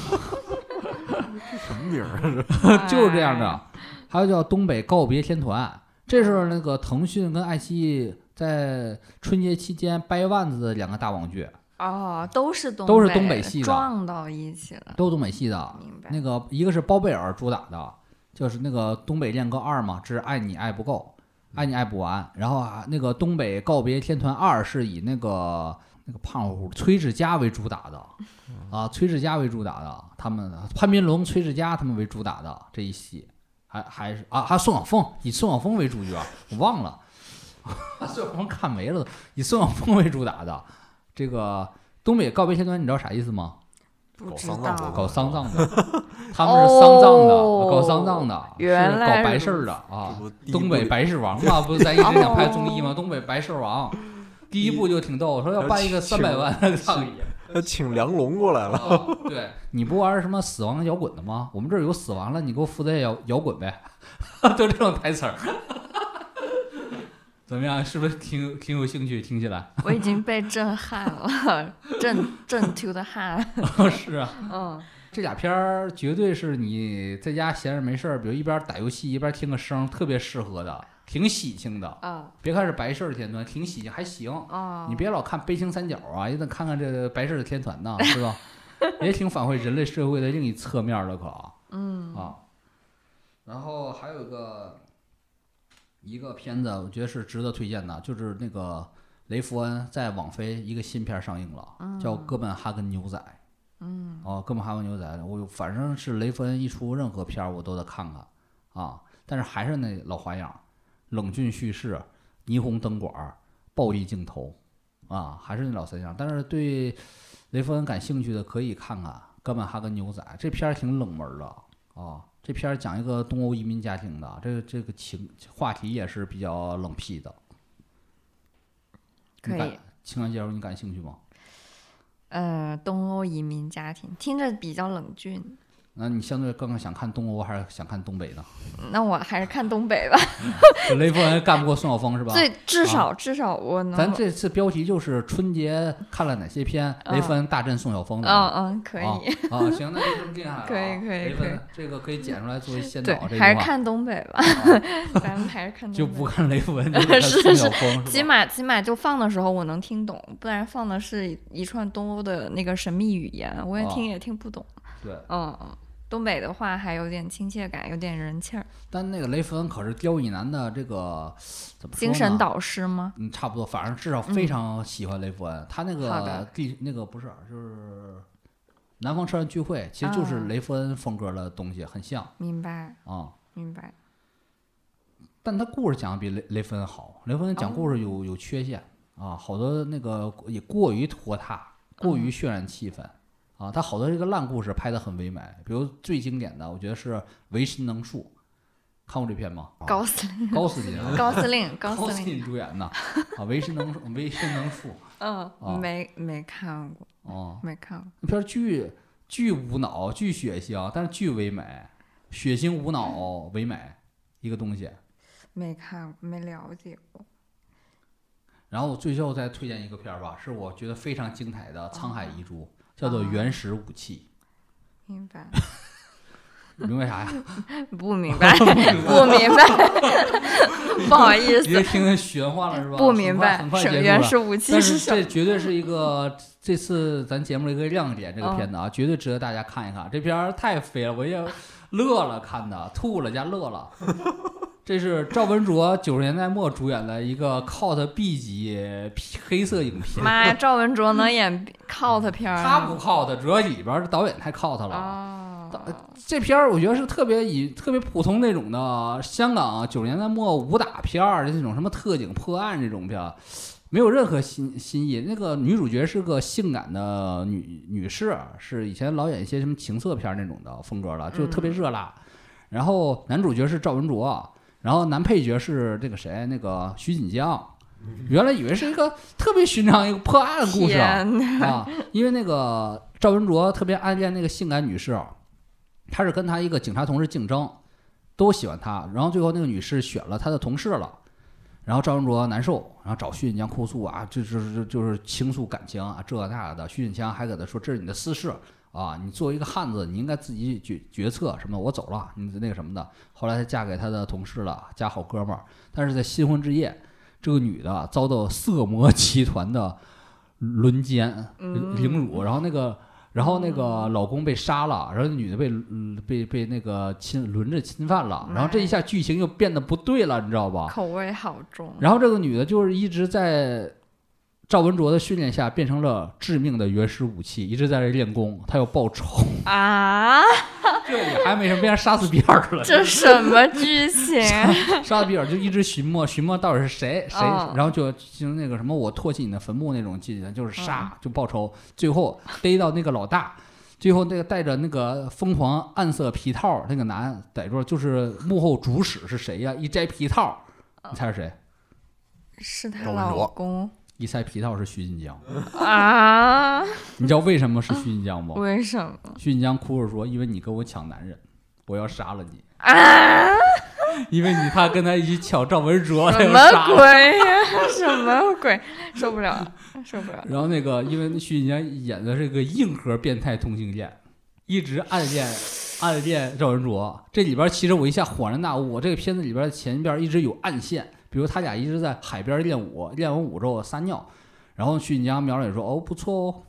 什么名儿？ 就是这样的。还有叫《东北告别天团》，这是那个腾讯跟爱奇艺在春节期间掰腕子的两个大网剧。 哦，都是东都是东北系的， 撞到一起了， 都是东北系的。 明白。 那个一个是包贝尔主打的，就是那个东北恋歌二嘛，这是爱你爱不够，爱你爱不完。然后啊，那个东北告别天团二是以那个那个胖乎乎崔志佳为主打的，啊，崔志佳为主打的，他们潘斌龙、崔志佳他们为主打的这一系，还还是啊，还有宋晓峰，以宋晓峰为主角，我忘了，宋晓峰看没了，以宋晓峰为主打的。这个东北告别天团你知道啥意思吗？ 不知道， 搞丧葬的，他们是丧葬的， 哦、 搞丧葬的， 原来是搞白事儿的啊。东北白事王嘛，不是咱一直想拍综艺吗？东北白事王，第一部就挺逗，说要办一个三百万的葬礼， 要请梁龙过来了。 啊、对，你不玩什么死亡摇滚的吗？我们这儿有死亡了，你给我负责摇摇滚呗，都这种台词儿。怎么样？是不是挺挺有兴趣？听起来我已经被震撼了，震震出的汗。 是啊， 嗯， 这俩片儿绝对是你在家闲着没事儿，比如一边打游戏一边听个声，特别适合的，挺喜庆的。 嗯， 别看是白事儿天团，挺喜庆，还行。 哦， 你别老看悲情三角啊，也得看看这个白事儿的天团呐，是吧？也挺反馈人类社会的另一侧面的，可嗯啊。然后还有一个。一个片子我觉得是值得推荐的，就是那个雷福恩在网飞一个新片上映了， 嗯、 叫《哥本哈根牛仔》。 嗯， 哦，哥本哈根牛仔，我反正是雷福恩一出任何片我都得看看啊。但是还是那老花样，冷峻叙事、霓虹灯管、暴力镜头啊，还是那老三样。但是对雷福恩感兴趣的可以看看《哥本哈根牛仔》，这片挺冷门的啊。这片儿讲一个东欧移民家庭的，这个这个情话题也是比较冷僻的。 可以。 情感介绍你感兴趣吗？ 呃，东欧移民家庭听着比较冷峻。 那你相对更想看东欧还是想看东北呢？ 那我还是看东北吧。 雷锋人干不过宋晓峰是吧？ 最至少、 啊、 至少我能。 咱这次标题就是春节看了哪些片？ 嗯、 雷锋大战宋晓峰的。 嗯嗯，可以。 啊，啊行，那就这么定下来了。 可以可以雷锋这个可以剪出来作为先导。 对，还是看东北吧。啊、咱们还是看东北。 就不看雷锋，就看宋晓峰是吧？ 起码起码就放的时候我能听懂，不然放的是一串东欧的那个神秘语言，我也听也听不懂。 啊、对， 嗯嗯。东北的话还有点亲切感，有点人气儿。 但那个雷锋可是刁亦男的这个怎么说呢？ 精神导师吗？ 嗯，差不多，反正至少非常喜欢雷锋。嗯、他那个第那个不是就是南方车站聚会，其实就是雷锋风格的东西，啊、很像。 明白啊，嗯、 明白。 但他故事讲的比雷雷锋好，雷锋讲故事有、哦、有缺陷啊，好多那个也过于拖沓，过于渲染气氛。嗯啊，他好多这个烂故事拍得很唯美，比如最经典的，我觉得是《唯神能术》，看过这片吗？ 高司令， 高司令， 高司令，高司令主演的啊，《唯神能术》，《唯神能术》。 嗯， 啊、 没没看过， 哦， 没看过。 那片巨巨无脑，巨血腥，但是巨唯美，血腥无脑唯美一个东西。 没看过，没了解过。 然后最后再推荐一个片儿吧，是我觉得非常精彩的《沧海遗珠》。哦，叫做原始武器。 啊、明白。 明白啥呀？ 不明白，不明白。不好意思。 你听他玄话了是吧？ 不明白。 很快结束了。 原始武器是什么？ 但是这绝对是一个这次咱节目的一个亮点，这个片子啊，哦、绝对值得大家看一看。这片儿太飞了，我也乐了，看的吐了加乐了。这是赵文卓九十年代末主演的一个 cult B 级黑色影片。 妈呀，赵文卓能演 cult 片儿？ 他不 cult，主要里边导演太 cult 了。 哦、 这片儿我觉得是特别以特别普通那种的香港九十年代末武打片儿，这种什么特警破案这种片儿，没有任何新新意。那个女主角是个性感的女女士，是以前老演一些什么情色片那种的风格的，就特别热辣。嗯、然后男主角是赵文卓。然后男配角是这个谁？那个徐锦江。原来以为是一个特别寻常一个破案故事啊，因为那个赵文卓特别暗恋那个性感女士，他是跟他一个警察同事竞争，都喜欢他，然后最后那个女士选了他的同事了，然后赵文卓难受，然后找徐锦江哭诉啊，就是就是倾诉感情啊，这那的。徐锦江还给他说这是你的私事。啊，你作为一个汉子，你应该自己决决策什么？我走了，你那个什么的。后来她嫁给她的同事了，加好哥们儿。但是在新婚之夜，这个女的遭到色魔集团的轮奸、凌辱，然后那个，然后那个老公被杀了，然后女的被、嗯、被被那个侵轮着侵犯了，然后这一下剧情又变得不对了，你知道吧？ 口味好重。 然后这个女的就是一直在赵文卓的训练下变成了致命的原始武器，一直在这练功，他要报仇啊！ 这里还没什么，变成杀死比尔了。 这什么剧情？ 杀死比尔就一直寻摸，寻摸到底是谁谁， 哦、 然后就进行那个什么我唾弃你的坟墓那种进行，就是杀、嗯、就报仇，最后逮到那个老大。最后那个带着那个疯狂暗色皮套那个男逮住，就是幕后主使是谁呀？一摘皮套，你猜是谁？ 是她老公。 一猜皮套是徐锦江啊！ 你知道为什么是徐锦江吗？ 为什么？ 徐锦江哭着说：“因为你跟我抢男人，我要杀了你啊！ 因为你他跟他一起抢赵文卓， 什么鬼呀？什么鬼？受不了，受不了。” 然后那个，因为徐锦江演的是个硬核变态同性恋，一直暗恋暗恋赵文卓。这里边其实我一下恍然大悟，我这个片子里边前边一直有暗线。比如他俩一直在海边练武，练完武之后撒尿，然后徐锦江瞄了也说：“哦，不错哦。”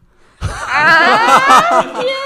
啊！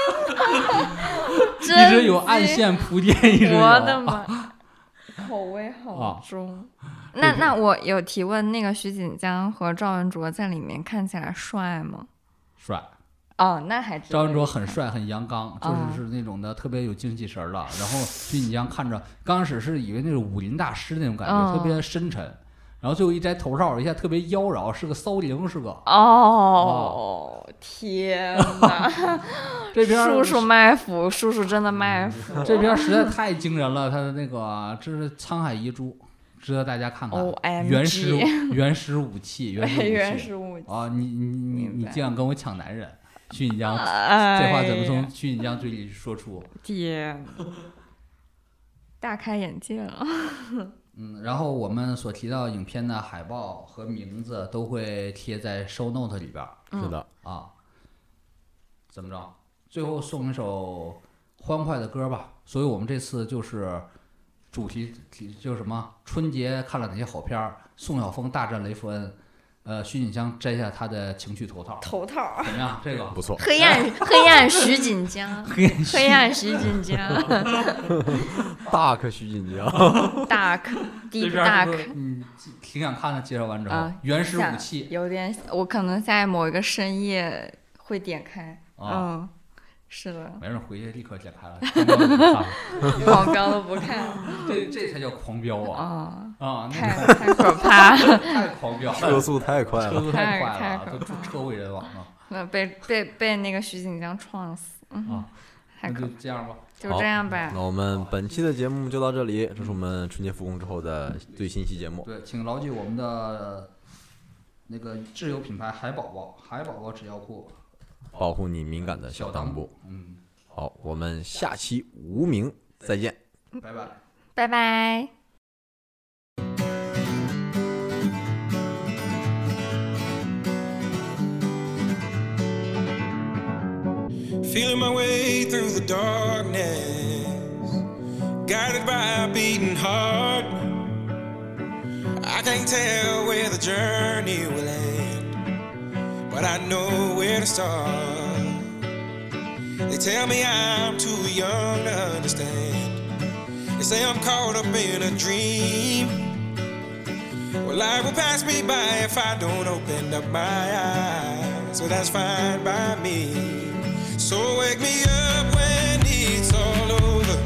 天一直有暗线铺垫，一直有。 我的妈！口味好重。啊、那那我有提问，那个徐锦江和赵文卓在里面看起来帅吗？ 帅。 哦，那还赵文卓很帅，很阳刚，就是是那种的、哦、特别有精气神了。然后徐锦江看着刚开始是以为那种武林大师那种感觉，哦、特别深沉。然后最后一摘头套，一下特别妖娆，是个骚灵，是个。 哦，哦天哪！ 这边叔叔卖腐，叔叔真的卖腐。 这边实在太惊人了，他的那个这是《沧海遗珠》，值得大家看看。 O M G 原始原始武器，原始武器。 原始武器啊！你你你你竟然跟我抢男人！ 虚拟江， 哎、 这话怎么从虚拟江嘴里说出？ 天，大开眼界了。 嗯，然后我们所提到影片的海报和名字都会贴在 show note 里边。 是的啊，怎么着？最后送一首欢快的歌吧。所以我们这次就是主题就是什么？春节看了哪些好片儿？宋晓峰大战雷弗恩。呃，徐锦江摘下他的情绪头套， 头套怎么样？这个不错。 黑暗黑暗徐锦江， 黑暗黑暗徐锦江 ，Dark 徐锦江 ，Dark Deep 这 Dark， 嗯，挺想看的。介绍完之后， 啊、 原始武器有点，我可能在某一个深夜会点开， 啊、 嗯，是的， 没人回去立刻点开了， 狂飙都不看， 这这才叫狂飙啊！ 啊、 哦、啊， 太太可怕了， 太狂飙了， 车速太快了， 车速太快太了，都车毁人亡了。 那被被被那个徐锦江撞死，嗯， 啊， 太可那就这样吧， 就这样吧。 那我们本期的节目就到这里，这是我们春节复工之后的最新期节目。 对，请牢记我们的那个挚友品牌海宝宝，海宝宝纸药铺， 保护你敏感的小裆部。 嗯， 好，我们下期无名再见， 拜拜， 拜拜。 Feeling my way through the darkness, guided by a beating heart. I can't tell where the journey will end, but I know where to start. They tell me I'm too young to understand. They say I'm caught up in a dream. Well, life will pass me by if I don't open up my eyes, so that's fine by me. So wake me up when it's all over.